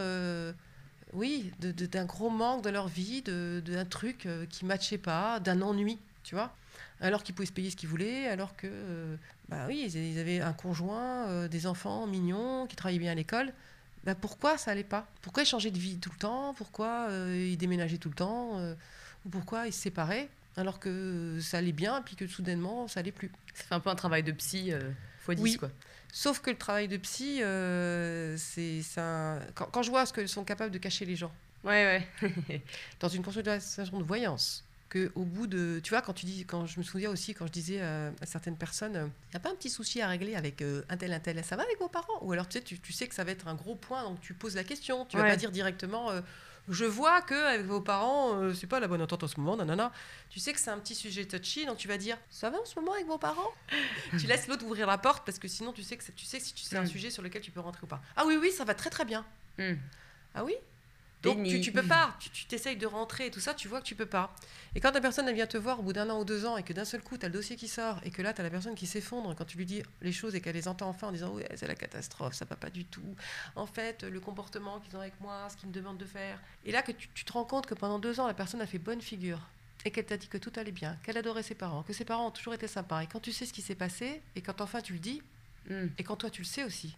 d'un gros manque dans leur vie, d'un truc qui ne matchait pas, d'un ennui, tu vois? Alors qu'ils pouvaient se payer ce qu'ils voulaient, alors que, ils avaient un conjoint, des enfants mignons, qui travaillaient bien à l'école. Pourquoi ça allait pas? Pourquoi ils changeaient de vie tout le temps? Pourquoi ils déménageaient tout le temps? Ou pourquoi ils se séparaient alors que ça allait bien, puis que soudainement, ça allait plus? Ça fait un peu un travail de psy x10, quoi. Sauf que le travail de psy, c'est ça. Quand je vois ce que sont capables de cacher les gens, dans une consultation de voyance, qu'au bout de... Tu vois, quand je me souviens aussi, quand je disais à certaines personnes, il n'y a pas un petit souci à régler avec un tel, ça va avec vos parents? Ou alors, tu sais que ça va être un gros point, donc tu poses la question. Tu ne vas pas dire directement, je vois qu'avec vos parents, c'est pas la bonne entente en ce moment, nanana. Tu sais que c'est un petit sujet touchy, donc tu vas dire, ça va en ce moment avec vos parents? Tu laisses l'autre ouvrir la porte, parce que sinon, tu sais si c'est un sujet sur lequel tu peux rentrer ou pas. Ah oui, ça va très très bien. Ah oui? Donc tu peux pas, tu t'essayes de rentrer et tout ça, tu vois que tu peux pas. Et quand la personne elle vient te voir au bout d'1 an ou 2 ans et que d'un seul coup tu as le dossier qui sort et que là tu as la personne qui s'effondre quand tu lui dis les choses et qu'elle les entend enfin en disant ouais c'est la catastrophe, ça va pas du tout, en fait le comportement qu'ils ont avec moi, ce qu'ils me demandent de faire, et là que tu te rends compte que pendant 2 ans la personne a fait bonne figure et qu'elle t'a dit que tout allait bien, qu'elle adorait ses parents, que ses parents ont toujours été sympas, et quand tu sais ce qui s'est passé et quand enfin tu le dis et quand toi tu le sais aussi,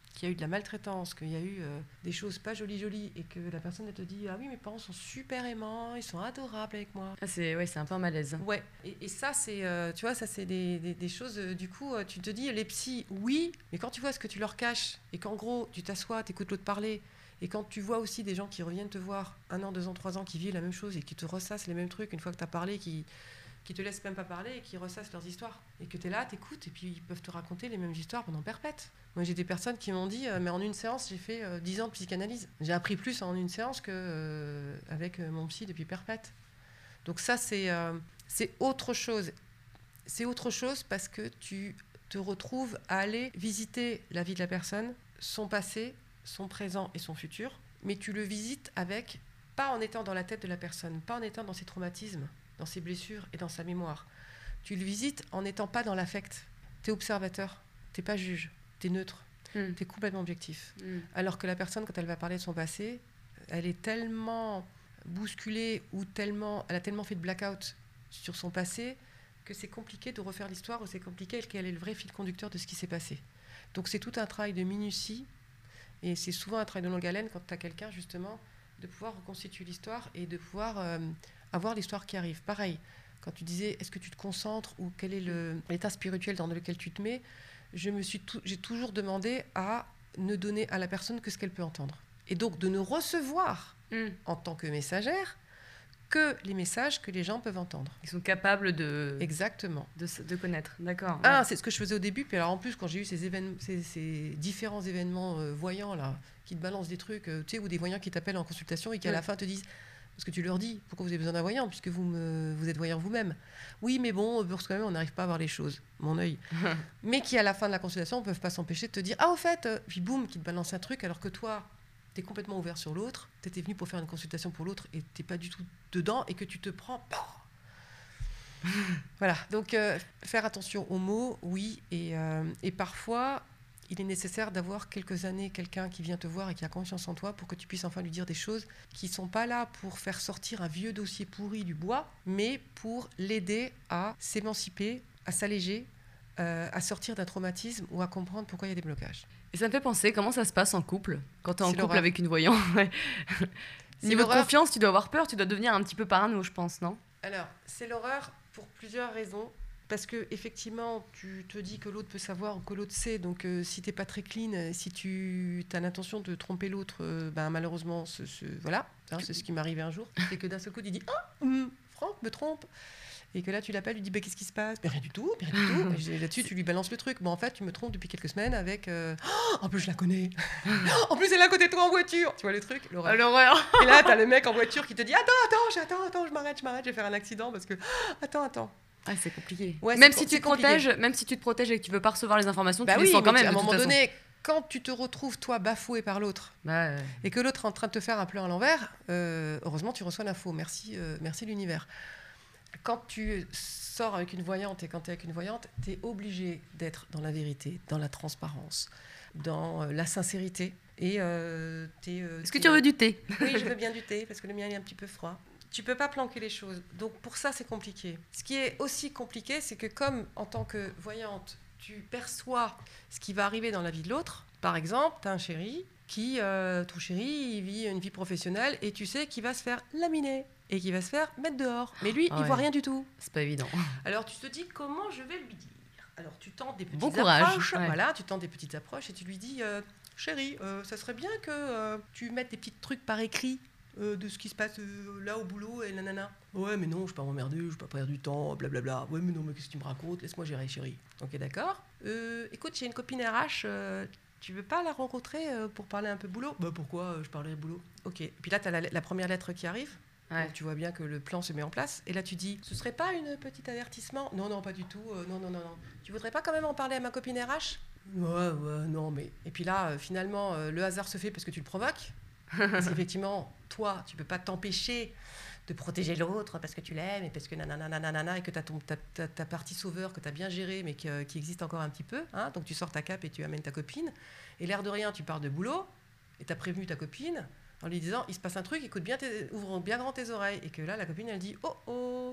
qu'il y a eu de la maltraitance, qu'il y a eu des choses pas jolies, et que la personne elle te dit « Ah oui, mes parents sont super aimants, ils sont adorables avec moi. » C'est un peu un malaise. Ouais, et ça, c'est, tu vois, ça, c'est des choses, du coup, tu te dis, les psys, oui, mais quand tu vois ce que tu leur caches, et qu'en gros, tu t'assois, t'écoutes l'autre parler, et quand tu vois aussi des gens qui reviennent te voir 1 an, 2 ans, 3 ans, qui vivent la même chose, et qui te ressassent les mêmes trucs une fois que tu as parlé, qui te laissent même pas parler, et qui ressassent leurs histoires, et que tu es là, t'écoutes, et puis ils peuvent te raconter les mêmes histoires pendant perpète. Moi, j'ai des personnes qui m'ont dit, mais en une séance, j'ai fait 10 ans de psychanalyse. J'ai appris plus en une séance qu'avec mon psy depuis perpète. Donc ça, c'est autre chose. C'est autre chose parce que tu te retrouves à aller visiter la vie de la personne, son passé, son présent et son futur, mais tu le visites pas en étant dans la tête de la personne, pas en étant dans ses traumatismes, dans ses blessures et dans sa mémoire. Tu le visites en n'étant pas dans l'affect. Tu es observateur, tu n'es pas juge, tu es neutre, tu es complètement objectif. Alors que la personne, quand elle va parler de son passé, elle est tellement bousculée ou elle a tellement fait de blackout sur son passé que c'est compliqué de refaire l'histoire, ou c'est compliqué quel est le vrai fil conducteur de ce qui s'est passé. Donc c'est tout un travail de minutie, et c'est souvent un travail de longue haleine quand tu as quelqu'un justement de pouvoir reconstituer l'histoire et de pouvoir avoir l'histoire qui arrive. Pareil, quand tu disais est-ce que tu te concentres ou quel est l'état spirituel dans lequel tu te mets, j'ai toujours demandé à ne donner à la personne que ce qu'elle peut entendre. Et donc de ne recevoir en tant que messagère que les messages que les gens peuvent entendre. Ils sont capables de... Exactement. De connaître, d'accord. Ah, ouais. C'est ce que je faisais au début. Puis alors en plus, quand j'ai eu ces différents événements voyants là, qui te balancent des trucs, tu sais, ou des voyants qui t'appellent en consultation et qui à la fin te disent, parce que tu leur dis, pourquoi vous avez besoin d'un voyant, puisque vous êtes voyant vous-même. Oui, mais bon, parce que quand même, on n'arrive pas à voir les choses, mon œil. Mais qui à la fin de la consultation ne peuvent pas s'empêcher de te dire, ah au fait, puis boum, qui te balance un truc, alors que toi, t'es complètement ouvert sur l'autre, t'étais venu pour faire une consultation pour l'autre et t'es pas du tout dedans, et que tu te prends... Voilà, donc faire attention aux mots, oui, et parfois il est nécessaire d'avoir quelques années quelqu'un qui vient te voir et qui a confiance en toi pour que tu puisses enfin lui dire des choses qui ne sont pas là pour faire sortir un vieux dossier pourri du bois, mais pour l'aider à s'émanciper, à s'alléger, à sortir d'un traumatisme ou à comprendre pourquoi il y a des blocages. Et ça me fait penser, comment ça se passe en couple, quand tu es en couple l'horreur. Avec une voyante? Niveau de confiance, tu dois avoir peur, tu dois devenir un petit peu parano, je pense, non? Alors, c'est l'horreur pour plusieurs raisons. Parce que effectivement, tu te dis que l'autre peut savoir ou que l'autre sait. Donc, si t'es pas très clean, si tu as l'intention de tromper l'autre, malheureusement, voilà, hein, c'est ce qui m'est arrivé un jour. C'est que d'un seul coup, tu dis Franck me trompe. Et que là, tu l'appelles, tu dis qu'est-ce qui se passe? Mais rien du tout, rien du tout. Et là-dessus, tu lui balances le truc. Bon, en fait, tu me trompes depuis quelques semaines avec. En plus, je la connais. En plus, elle est à côté de toi en voiture. Tu vois le truc? L'horreur. Et là, t'as le mec en voiture qui te dit attends, je m'arrête, je vais faire un accident parce que. Attends. Ah, c'est compliqué. Ouais, même si tu te protèges et que tu veux pas recevoir les informations, tu les sens quand même. À un moment donné, quand tu te retrouves toi bafoué par l'autre et que l'autre est en train de te faire un plan à l'envers, heureusement tu reçois l'info. Merci l'univers. Quand tu sors avec une voyante et quand tu es avec une voyante, tu es obligé d'être dans la vérité, dans la transparence, dans la sincérité. Et est-ce que tu veux du thé? Oui, je veux bien du thé parce que le mien est un petit peu froid. Tu peux pas planquer les choses. Donc pour ça, c'est compliqué. Ce qui est aussi compliqué, c'est que comme en tant que voyante, tu perçois ce qui va arriver dans la vie de l'autre. Par exemple, tu as un chéri ton chéri, il vit une vie professionnelle et tu sais qu'il va se faire laminer et qu'il va se faire mettre dehors. Mais lui, il voit rien du tout. C'est pas évident. Alors tu te dis comment je vais lui dire. Alors tu tentes des petites approches. Voilà, tu tentes des petites approches et tu lui dis chéri, ça serait bien que tu mettes des petits trucs par écrit. De ce qui se passe là au boulot et nanana. Ouais, mais non, je ne vais pas m'emmerder, je ne vais pas perdre du temps, blablabla. Ouais, mais non, mais qu'est-ce que tu me racontes? Laisse-moi gérer, chérie. Ok, d'accord. Écoute, j'ai une copine RH, tu veux pas la rencontrer pour parler un peu boulot? Bah pourquoi je parlais boulot? Ok. Et puis là, tu as la première lettre qui arrive. Ouais. Donc, tu vois bien que le plan se met en place. Et là, tu dis, ce serait pas une petite avertissement? Non, pas du tout. Non. Tu voudrais pas quand même en parler à ma copine RH? Ouais, non, mais... Et puis là, finalement, le hasard se fait parce que tu le provoques. Parce qu'effectivement, toi, tu peux pas t'empêcher de protéger l'autre parce que tu l'aimes et parce que nanana et que tu as ta partie sauveur que tu as bien gérée mais qui existe encore un petit peu. Hein, donc tu sors ta cape et tu amènes ta copine. Et l'air de rien, tu pars de boulot et tu as prévenu ta copine en lui disant il se passe un truc, ouvre bien grand tes oreilles. Et que là, la copine, elle dit oh,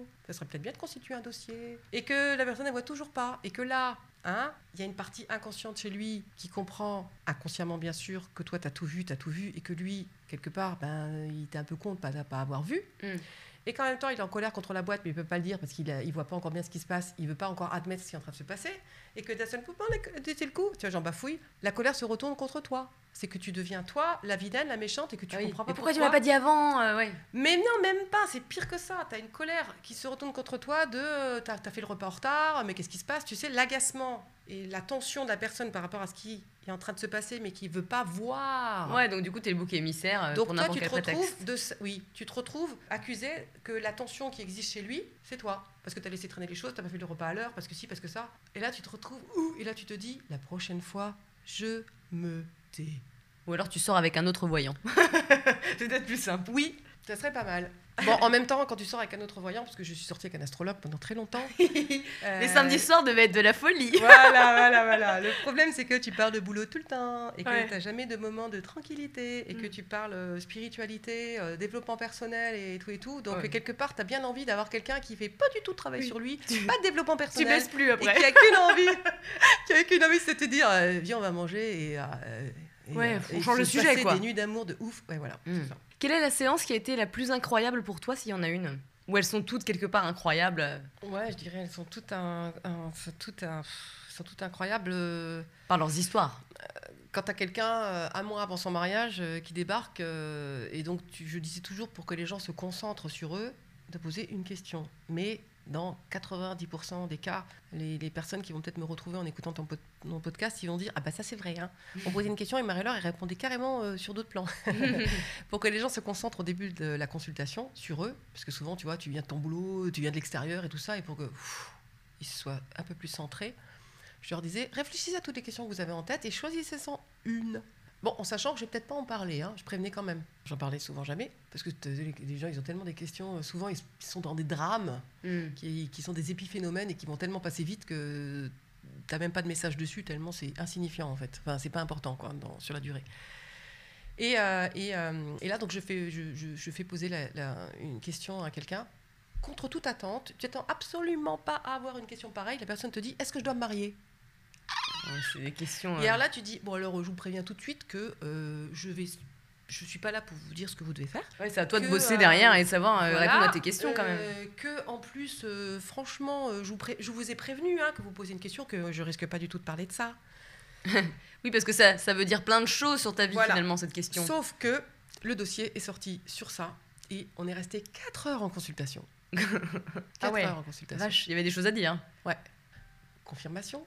Ça serait peut-être bien de constituer un dossier. Et que la personne ne voit toujours pas. Et que là, il y a une partie inconsciente chez lui qui comprend, inconsciemment bien sûr, que toi, tu as tout vu, et que lui, quelque part, il était un peu con de ne pas avoir vu. Et qu'en même temps, il est en colère contre la boîte, mais il ne peut pas le dire parce qu'il ne voit pas encore bien ce qui se passe. Il ne veut pas encore admettre ce qui est en train de se passer. Et que d'un seul coup, c'est le coup, tu vois, j'en bafouille, la colère se retourne contre toi. C'est que tu deviens toi, la vilaine, la méchante, et que tu comprends pas pourquoi tu ne m'as pas dit avant Mais non, même pas, c'est pire que ça. Tu as une colère qui se retourne contre toi de tu as fait le repas en retard, mais qu'est-ce qui se passe? Tu sais, l'agacement et la tension de la personne par rapport à ce qui est en train de se passer, mais qui ne veut pas voir. Ouais, donc du coup, tu es le bouc émissaire donc pour toi, n'importe quel prétexte. Tu te retrouves accusé que la tension qui existe chez lui, c'est toi. Parce que tu as laissé traîner les choses, tu n'as pas fait le repas à l'heure, parce que si, parce que ça. Et là, tu te retrouves, et là, tu te dis, la prochaine fois, je me tais. Ou alors tu sors avec un autre voyant. C'est peut-être plus simple. Oui, ça serait pas mal. Bon, en même temps, quand tu sors avec un autre voyant, parce que je suis sortie avec un astrologue pendant très longtemps. Les samedis soirs devaient être de la folie. Voilà. Le problème, c'est que tu parles de boulot tout le temps et que tu n'as jamais de moment de tranquillité et que tu parles spiritualité, développement personnel et tout. Donc, quelque part, tu as bien envie d'avoir quelqu'un qui fait pas du tout de travail sur lui, pas de développement personnel. Tu baisses plus après. Et qui a qu'une envie, c'est de te dire, viens, on va manger et on change le sujet, quoi. Des nuits d'amour de ouf. Ouais, voilà. C'est ça. Quelle est la séance qui a été la plus incroyable pour toi, s'il y en a une? Ou elles sont toutes quelque part incroyables? Ouais, je dirais elles sont toutes incroyables. Par leurs histoires. Quand tu as quelqu'un, un mois avant son mariage, qui débarque, et donc je disais toujours, pour que les gens se concentrent sur eux, de poser une question. Mais dans 90% des cas, les personnes qui vont peut-être me retrouver en écoutant ton podcast, ils vont dire « Ah bah ça c'est vrai, hein. On posait une question et Marie-Laure, elle répondait carrément sur d'autres plans. » Pour que les gens se concentrent au début de la consultation sur eux, parce que souvent, tu vois, tu viens de ton boulot, tu viens de l'extérieur et tout ça, et pour qu'ils soient un peu plus centrés, je leur disais « Réfléchissez à toutes les questions que vous avez en tête et choisissez-en une. » Bon, en sachant que je vais peut-être pas en parler, je prévenais quand même. J'en parlais souvent jamais, parce que les gens, ils ont tellement des questions. Souvent, ils sont dans des drames qui sont des épiphénomènes et qui vont tellement passer vite que t'as même pas de message dessus, tellement c'est insignifiant en fait. Enfin, c'est pas important quoi, sur la durée. Et là, donc, je fais poser une question à quelqu'un. Contre toute attente, tu n'attends absolument pas à avoir une question pareille. La personne te dit « Est-ce que je dois me marier ?» C'est des questions. Et alors là, tu dis, bon alors je vous préviens tout de suite que je suis pas là pour vous dire ce que vous devez faire. Ouais, c'est à toi de bosser derrière et de savoir répondre à tes questions quand même. Que en plus, franchement, je vous ai prévenu que vous posez une question, que je risque pas du tout de parler de ça. Oui, parce que ça veut dire plein de choses sur ta vie finalement, cette question. Sauf que le dossier est sorti sur ça et on est resté 4 heures en consultation. 4 heures en consultation. Vache, il y avait des choses à dire. Ouais. Confirmation.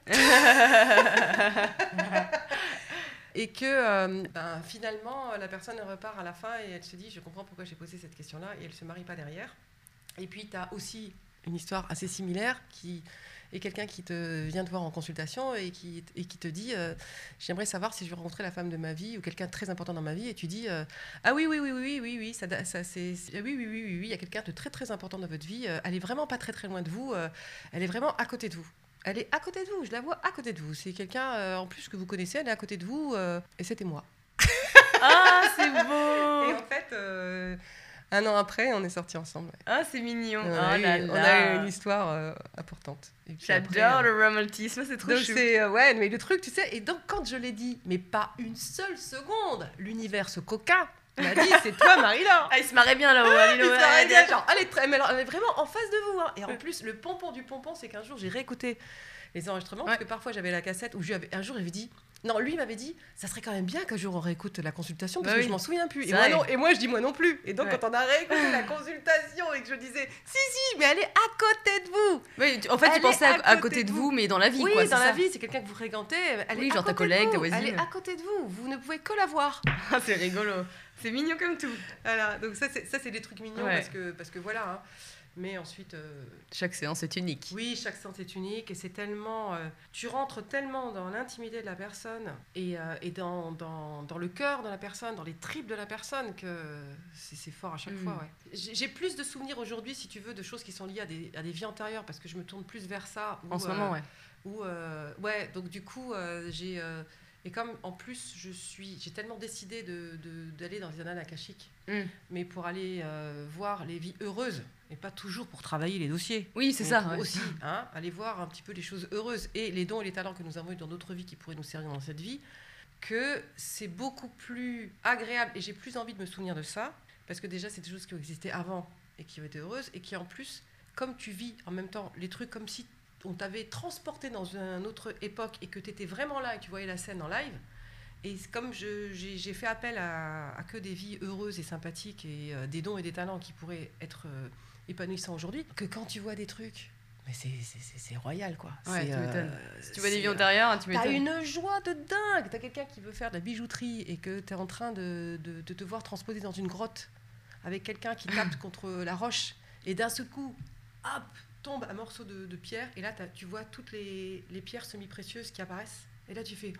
Et que finalement, la personne repart à la fin et elle se dit, je comprends pourquoi j'ai posé cette question-là, et elle ne se marie pas derrière. Et puis, tu as aussi une histoire assez similaire qui est quelqu'un qui vient te voir en consultation et qui te dit, j'aimerais savoir si je vais rencontrer la femme de ma vie ou quelqu'un de très important dans ma vie. Et tu dis, ah oui, oui, ça c'est, oui, il y a quelqu'un de très très important dans votre vie. Elle est vraiment pas très très loin de vous. Elle est vraiment à côté de vous. Elle est à côté de vous, je la vois à côté de vous. C'est quelqu'un, en plus, que vous connaissez, elle est à côté de vous, et c'était moi. Ah, c'est beau. Et en fait, 1 an après, on est sortis ensemble. Ouais. Ah, c'est mignon. On a eu une histoire importante. J'adore le romantisme, c'est trop chou. Ouais, mais le truc, tu sais, et donc quand je l'ai dit, mais pas une seule seconde, l'univers se coquin. Il m'a dit, c'est toi, Marie-Laure. Ah, il se marrait bien là-haut. Il se marrait bien, genre, elle est vraiment en face de vous. Et en plus, le pompon du pompon, c'est qu'un jour, j'ai réécouté les enregistrements, parce que parfois, j'avais la cassette où un jour, il avait dit... Non, lui, il m'avait dit, ça serait quand même bien qu'un jour, on réécoute la consultation, parce que je m'en souviens plus. Et moi, je dis, moi non plus. Et donc, quand on a réécouté la consultation et que je disais, si, mais elle est à côté de vous. Oui, en fait, tu pensais à côté de vous, mais dans la vie, oui, quoi. Oui, dans la vie, c'est quelqu'un que vous fréquentez. Oui, genre ta collègue, ta voisine. Elle est à côté de vous. Vous ne pouvez que la voir. Ah, c'est rigolo. C'est mignon comme tout. Voilà, donc ça, c'est des trucs mignons, parce que voilà. Mais ensuite... chaque séance est unique. Oui, chaque séance est unique et c'est tellement... tu rentres tellement dans l'intimité de la personne et dans le cœur de la personne, dans les tripes de la personne que c'est fort à chaque fois. Ouais. J'ai plus de souvenirs aujourd'hui, si tu veux, de choses qui sont liées à des vies antérieures parce que je me tourne plus vers ça. En ce moment, ouais, donc du coup, j'ai Et comme en plus j'ai tellement décidé d'aller dans les annales akashiques, mais pour aller voir les vies heureuses et pas toujours pour travailler les dossiers. Oui, c'est ça. Aussi, aller voir un petit peu les choses heureuses et les dons et les talents que nous avons eu dans d'autres vies qui pourraient nous servir dans cette vie, que c'est beaucoup plus agréable et j'ai plus envie de me souvenir de ça parce que déjà c'est des choses qui ont existé avant et qui ont été heureuses et qui en plus, comme tu vis en même temps les trucs comme si on t'avait transporté dans une autre époque et que tu étais vraiment là et que tu voyais la scène en live. Et comme j'ai fait appel à que des vies heureuses et sympathiques et des dons et des talents qui pourraient être épanouissants aujourd'hui, que quand tu vois des trucs, mais c'est royal, quoi. Ouais, tu m'étonnes. Si tu vois des vies antérieures, tu m'étonnes. T'as une joie de dingue. T'as quelqu'un qui veut faire de la bijouterie et que t'es en train de te voir transposer dans une grotte avec quelqu'un qui tape contre la roche et d'un seul coup, hop, tombe un morceau de pierre et là tu vois toutes les pierres semi-précieuses qui apparaissent et là tu fais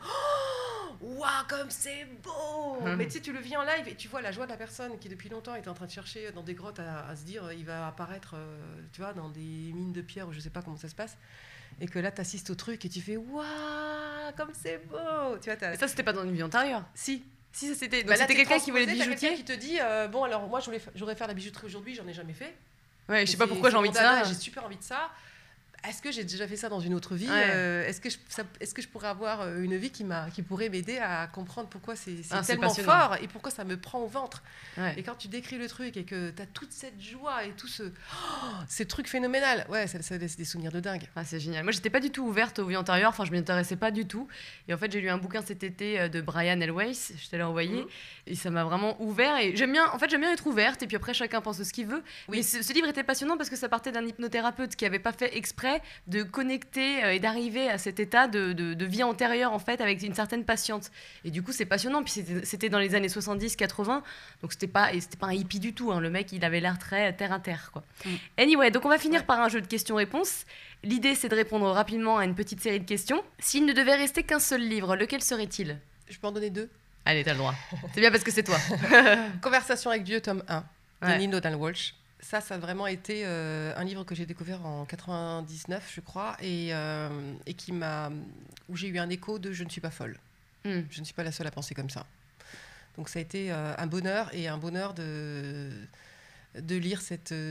waouh, comme c'est beau. Mais tu sais, tu le vis en live et tu vois la joie de la personne qui depuis longtemps était en train de chercher dans des grottes à se dire il va apparaître tu vois, dans des mines de pierre ou je sais pas comment ça se passe et que là tu assistes au truc et tu fais waouh, comme c'est beau, tu vois. Et ça c'était pas dans une vie antérieure? Si ça c'était bah, c'était quelqu'un qui voulait être bijoutier, bijoutier qui te dit bon alors moi j'aurais faire la bijouterie aujourd'hui, j'en ai jamais fait. Ouais, je sais pas pourquoi j'ai envie de ça. J'ai super envie de ça. Est-ce que j'ai déjà fait ça dans une autre vie? Est-ce que je pourrais avoir une vie qui pourrait m'aider à comprendre pourquoi c'est tellement fort et pourquoi ça me prend au ventre? Et quand tu décris le truc et que tu as toute cette joie et tout ces trucs phénoménal, ça laisse des souvenirs de dingue. C'est génial. Moi, j'étais pas du tout ouverte aux vies antérieures. Enfin, je m'y intéressais pas du tout. Et en fait, j'ai lu un bouquin cet été de Brian L. Weiss. Je te l'ai envoyé. Et ça m'a vraiment ouvert. Et j'aime bien être ouverte. Et puis après, chacun pense ce qu'il veut. Oui. Mais ce livre était passionnant parce que ça partait d'un hypnothérapeute qui avait pas fait exprès de connecter et d'arriver à cet état de vie antérieure en fait avec une certaine patience. Et du coup, c'est passionnant. Puis c'était dans les années 70-80. Donc c'était pas un hippie du tout. Le mec, il avait l'air très terre à terre, quoi. Anyway, donc on va finir par un jeu de questions-réponses. L'idée, c'est de répondre rapidement à une petite série de questions. S'il ne devait rester qu'un seul livre, lequel serait-il? Je peux en donner 2. Allez, t'as le droit. C'est bien parce que c'est toi. Conversation avec Dieu, tome 1, de Neale Donald Walsch. Ça a vraiment été un livre que j'ai découvert en 99, je crois, et où j'ai eu un écho de « Je ne suis pas folle ». Je ne suis pas la seule à penser comme ça. Donc ça a été un bonheur de lire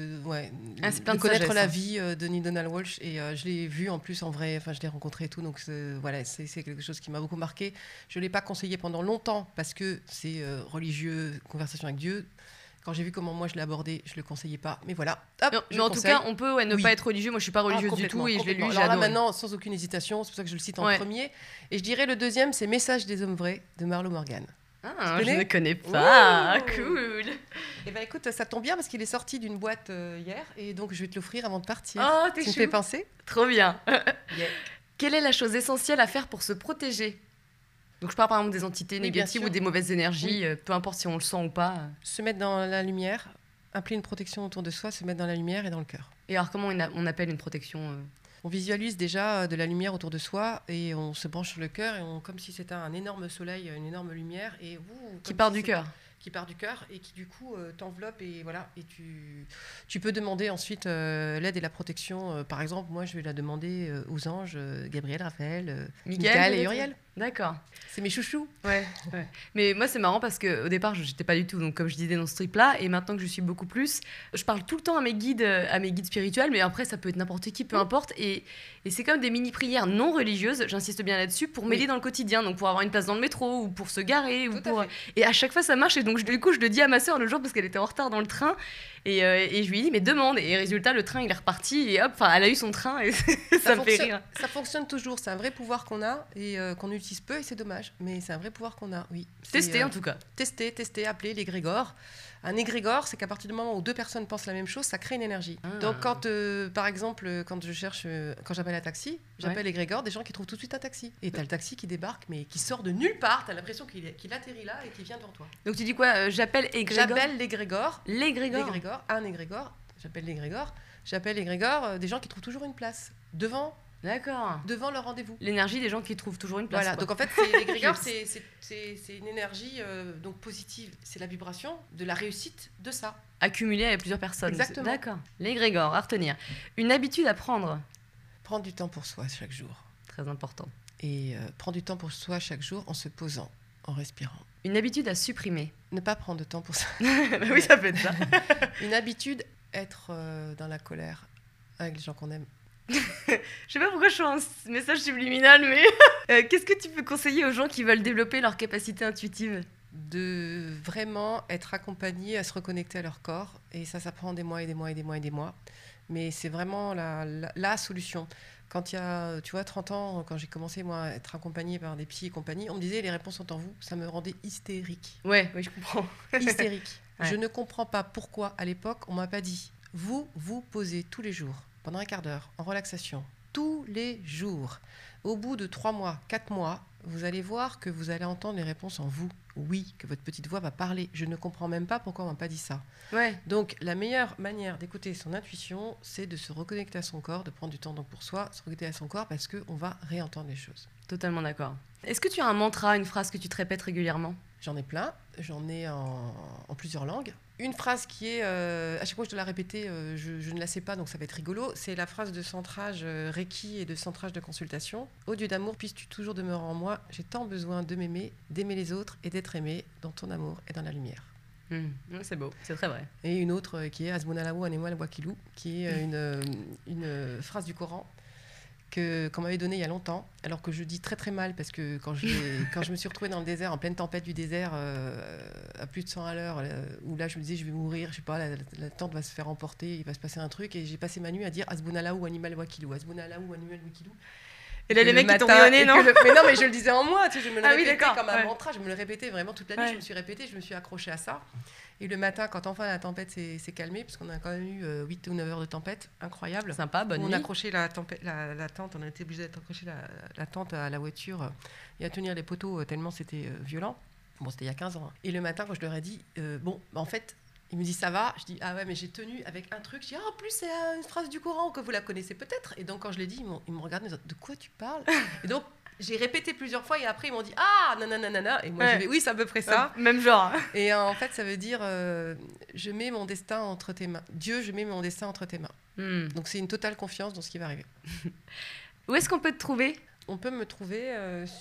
de connaître la vie de Neale Donald Walsch. Et je l'ai vu en plus en vrai, je l'ai rencontré et tout, donc c'est quelque chose qui m'a beaucoup marqué. Je ne l'ai pas conseillé pendant longtemps parce que c'est religieux, conversation avec Dieu. Quand j'ai vu comment moi je l'ai abordé, je ne le conseillais pas. Mais voilà. Hop, mais en tout cas, on peut ne pas être religieux. Moi, je ne suis pas religieuse du tout et je l'ai lu. Alors là, maintenant, sans aucune hésitation, c'est pour ça que je le cite en premier. Et je dirais le deuxième, c'est Message des hommes vrais de Marlo Morgan. Je ne connais pas. Cool. Eh ben écoute, ça tombe bien parce qu'il est sorti d'une boîte hier et donc je vais te l'offrir avant de partir. Oh, t'es chou. Tu me fais penser? Trop bien. Quelle est la chose essentielle à faire pour se protéger? Donc je parle par exemple des entités négatives ou des mauvaises énergies, peu importe si on le sent ou pas. Se mettre dans la lumière, appeler une protection autour de soi, se mettre dans la lumière et dans le cœur. Et alors comment on appelle une protection On visualise déjà de la lumière autour de soi et on se branche sur le cœur et comme si c'était un énorme soleil, une énorme lumière et qui part du cœur. Qui part du cœur et qui du coup t'enveloppe et voilà, et tu peux demander ensuite l'aide et la protection. Par exemple, moi je vais la demander aux anges, Gabriel, Raphaël, Michael et Uriel. D'accord. C'est mes chouchous. Ouais. Mais moi, c'est marrant parce qu'au départ, je n'étais pas du tout, donc comme je disais dans ce trip-là, et maintenant que je suis beaucoup plus, je parle tout le temps à mes guides spirituels, mais après, ça peut être n'importe qui, peu importe. Et c'est comme des mini-prières non religieuses, j'insiste bien là-dessus, pour m'aider dans le quotidien, donc pour avoir une place dans le métro, ou pour se garer, et à chaque fois, ça marche. Et donc, du coup, je le dis à ma sœur le jour parce qu'elle était en retard dans le train, et je lui ai dit, mais demande. Et résultat, le train, il est reparti, et hop, elle a eu son train, et ça me fait rire. Ça fonctionne toujours, c'est un vrai pouvoir qu'on a, et qu'on utilise peu, et c'est dommage, mais c'est un vrai pouvoir qu'on a, oui. Tester en tout cas. Tester, appeler l'égrégore. Un égrégore, c'est qu'à partir du moment où deux personnes pensent la même chose, ça crée une énergie. Donc quand, par exemple, quand j'appelle un taxi, j'appelle l'égrégore, des gens qui trouvent tout de suite un taxi. Et t'as le taxi qui débarque, mais qui sort de nulle part, t'as l'impression qu'il atterrit là et qu'il vient devant toi. Donc tu dis quoi? J'appelle égrégore? J'appelle l'égrégore. L'égrégore? Un égrégore. J'appelle l'égrégore, des gens qui trouvent toujours une place. Devant leur rendez-vous. L'énergie des gens qui trouvent toujours une place. Voilà, donc en fait, l'égrégore, c'est une énergie donc positive. C'est la vibration de la réussite de ça. Accumulée avec plusieurs personnes. Exactement. D'accord. L'égrégore, à retenir. Une habitude à prendre. Prendre du temps pour soi chaque jour. Très important. Et prends du temps pour soi chaque jour en se posant, en respirant. Une habitude à supprimer. Ne pas prendre de temps pour ça. Bah oui, ça peut être ça. Une habitude, être dans la colère avec les gens qu'on aime. Je sais pas pourquoi je fais un message subliminal, mais qu'est-ce que tu peux conseiller aux gens qui veulent développer leur capacité intuitive? De vraiment être accompagné à se reconnecter à leur corps. Et ça prend des mois et des mois et des mois et des mois. Mais c'est vraiment la solution. Quand il y a, tu vois, 30 ans, quand j'ai commencé, moi, à être accompagnée par des psys et compagnie, on me disait, les réponses sont en vous. Ça me rendait hystérique. Ouais, oui, je comprends. Hystérique. Ouais. Je ne comprends pas pourquoi, à l'époque, on m'a pas dit, vous posez tous les jours, pendant un quart d'heure, en relaxation, tous les jours. Au bout de 3 mois, 4 mois, vous allez voir que vous allez entendre les réponses en vous. Oui, que votre petite voix va parler. Je ne comprends même pas pourquoi on m'a pas dit ça. Ouais. Donc, la meilleure manière d'écouter son intuition, c'est de se reconnecter à son corps, de prendre du temps donc pour soi, se reconnecter à son corps parce qu'on va réentendre les choses. Totalement d'accord. Est-ce que tu as un mantra, une phrase que tu te répètes régulièrement? J'en ai plein, j'en ai en plusieurs langues. Une phrase qui est, à chaque fois que je dois la répéter, je ne la sais pas, donc ça va être rigolo. C'est la phrase de centrage Reiki et de centrage de consultation. Ô Dieu d'amour, puisses-tu toujours demeurer en moi. J'ai tant besoin de m'aimer, d'aimer les autres et d'être aimé dans ton amour et dans la lumière. C'est beau, c'est très vrai. Et une autre qui est Asbunallahu anemal wakilu, qui est une phrase du Coran qu'on m'avait donnée il y a longtemps, alors que je dis très très mal, parce que quand je me suis retrouvée dans le désert, en pleine tempête du désert, à plus de 100 à l'heure, où là je me disais je vais mourir, je sais pas, la tente va se faire emporter, il va se passer un truc, et j'ai passé ma nuit à dire Asbunallahu animal wakilu, Asbunallahu animal wakilu. Et là, les mecs, ils t'ont rayonné, non? Mais non, mais je le disais en moi, tu sais, je me le répétais comme un ouais. mantra, je me le répétais vraiment toute la nuit, je me suis répétée, je me suis accrochée à ça. Et le matin, quand enfin la tempête s'est calmée, parce qu'on a quand même eu 8 ou 9 heures de tempête, incroyable. Sympa, bonne nuit. On a accroché la tente, on a été obligé d'accrocher la tente à la voiture et à tenir les poteaux tellement c'était violent. Bon, c'était il y a 15 ans. Hein. Et le matin, quand je leur ai dit, en fait, il me dit ça va. Je dis ah ouais, mais j'ai tenu avec un truc. Je dis en plus c'est une phrase du Coran que vous la connaissez peut-être. Et donc quand je l'ai dit, ils m'ont regardé, de quoi tu parles? Et donc j'ai répété plusieurs fois et après ils m'ont dit ah nanana. Et moi j'ai dit oui, c'est à peu près ça. Même genre. Et en fait ça veut dire je mets mon destin entre tes mains. Dieu, je mets mon destin entre tes mains. Donc c'est une totale confiance dans ce qui va arriver. Où est-ce qu'on peut te trouver? On peut me trouver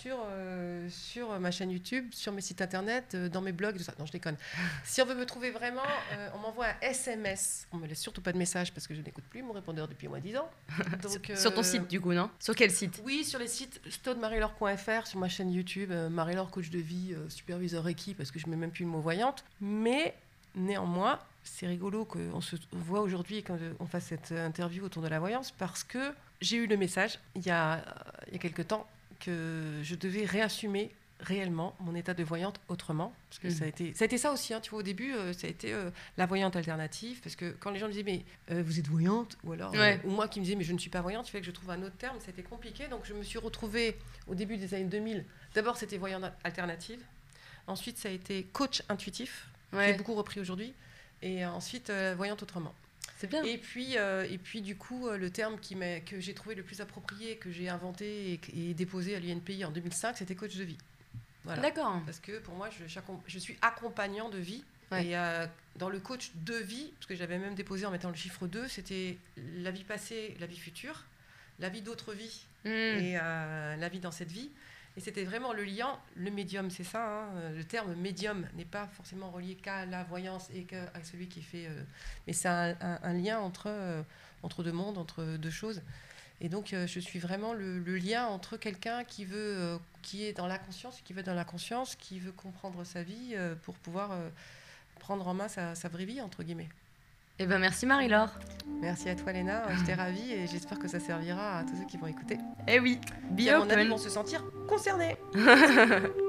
sur ma chaîne YouTube, sur mes sites internet, dans mes blogs, tout ça. Non, je déconne. Si on veut me trouver vraiment, on m'envoie un SMS. On me laisse surtout pas de message parce que je n'écoute plus mon répondeur depuis au moins 10 ans. Donc, sur ton site, du coup, non? Sur quel site? Oui, sur les sites stonemarylor.fr, sur ma chaîne YouTube, Marie-Laure, coach de vie, superviseur Reiki, parce que je mets même plus le mot voyante. Mais néanmoins, c'est rigolo qu'on se voit aujourd'hui et qu'on fasse cette interview autour de la voyance parce que j'ai eu le message il y a quelques temps que je devais réassumer réellement mon état de voyante autrement. Parce que ça a été ça aussi, hein, tu vois, au début, ça a été la voyante alternative. Parce que quand les gens me disaient, mais vous êtes voyante? Ou alors, ou moi qui me disais, mais je ne suis pas voyante, il fallait que je trouve un autre terme, c'était compliqué. Donc je me suis retrouvée au début des années 2000. D'abord, c'était voyante alternative. Ensuite, ça a été coach intuitif, qui est beaucoup repris aujourd'hui. Et ensuite, voyante autrement. C'est bien. Et puis du coup, le terme que j'ai trouvé le plus approprié, que j'ai inventé et déposé à l'INPI en 2005, c'était coach de vie. Voilà. D'accord. Parce que pour moi, je suis accompagnant de vie. Ouais. Et dans le coach de vie, parce que j'avais même déposé en mettant le chiffre 2, c'était la vie passée, la vie future, la vie d'autre vie et la vie dans cette vie. Et c'était vraiment le lien, le médium, c'est ça. Hein, le terme médium n'est pas forcément relié qu'à la voyance et qu'à celui qui fait... mais c'est un lien entre deux mondes, entre deux choses. Et donc, je suis vraiment le lien entre quelqu'un qui est dans la conscience, qui veut dans la conscience, qui veut comprendre sa vie pour pouvoir prendre en main sa vraie vie, entre guillemets. Eh ben merci Marie-Laure. Merci à toi Léna, j'étais ravie et j'espère que ça servira à tous ceux qui vont écouter. Eh oui, qui à mon avis vont se sentir concernés.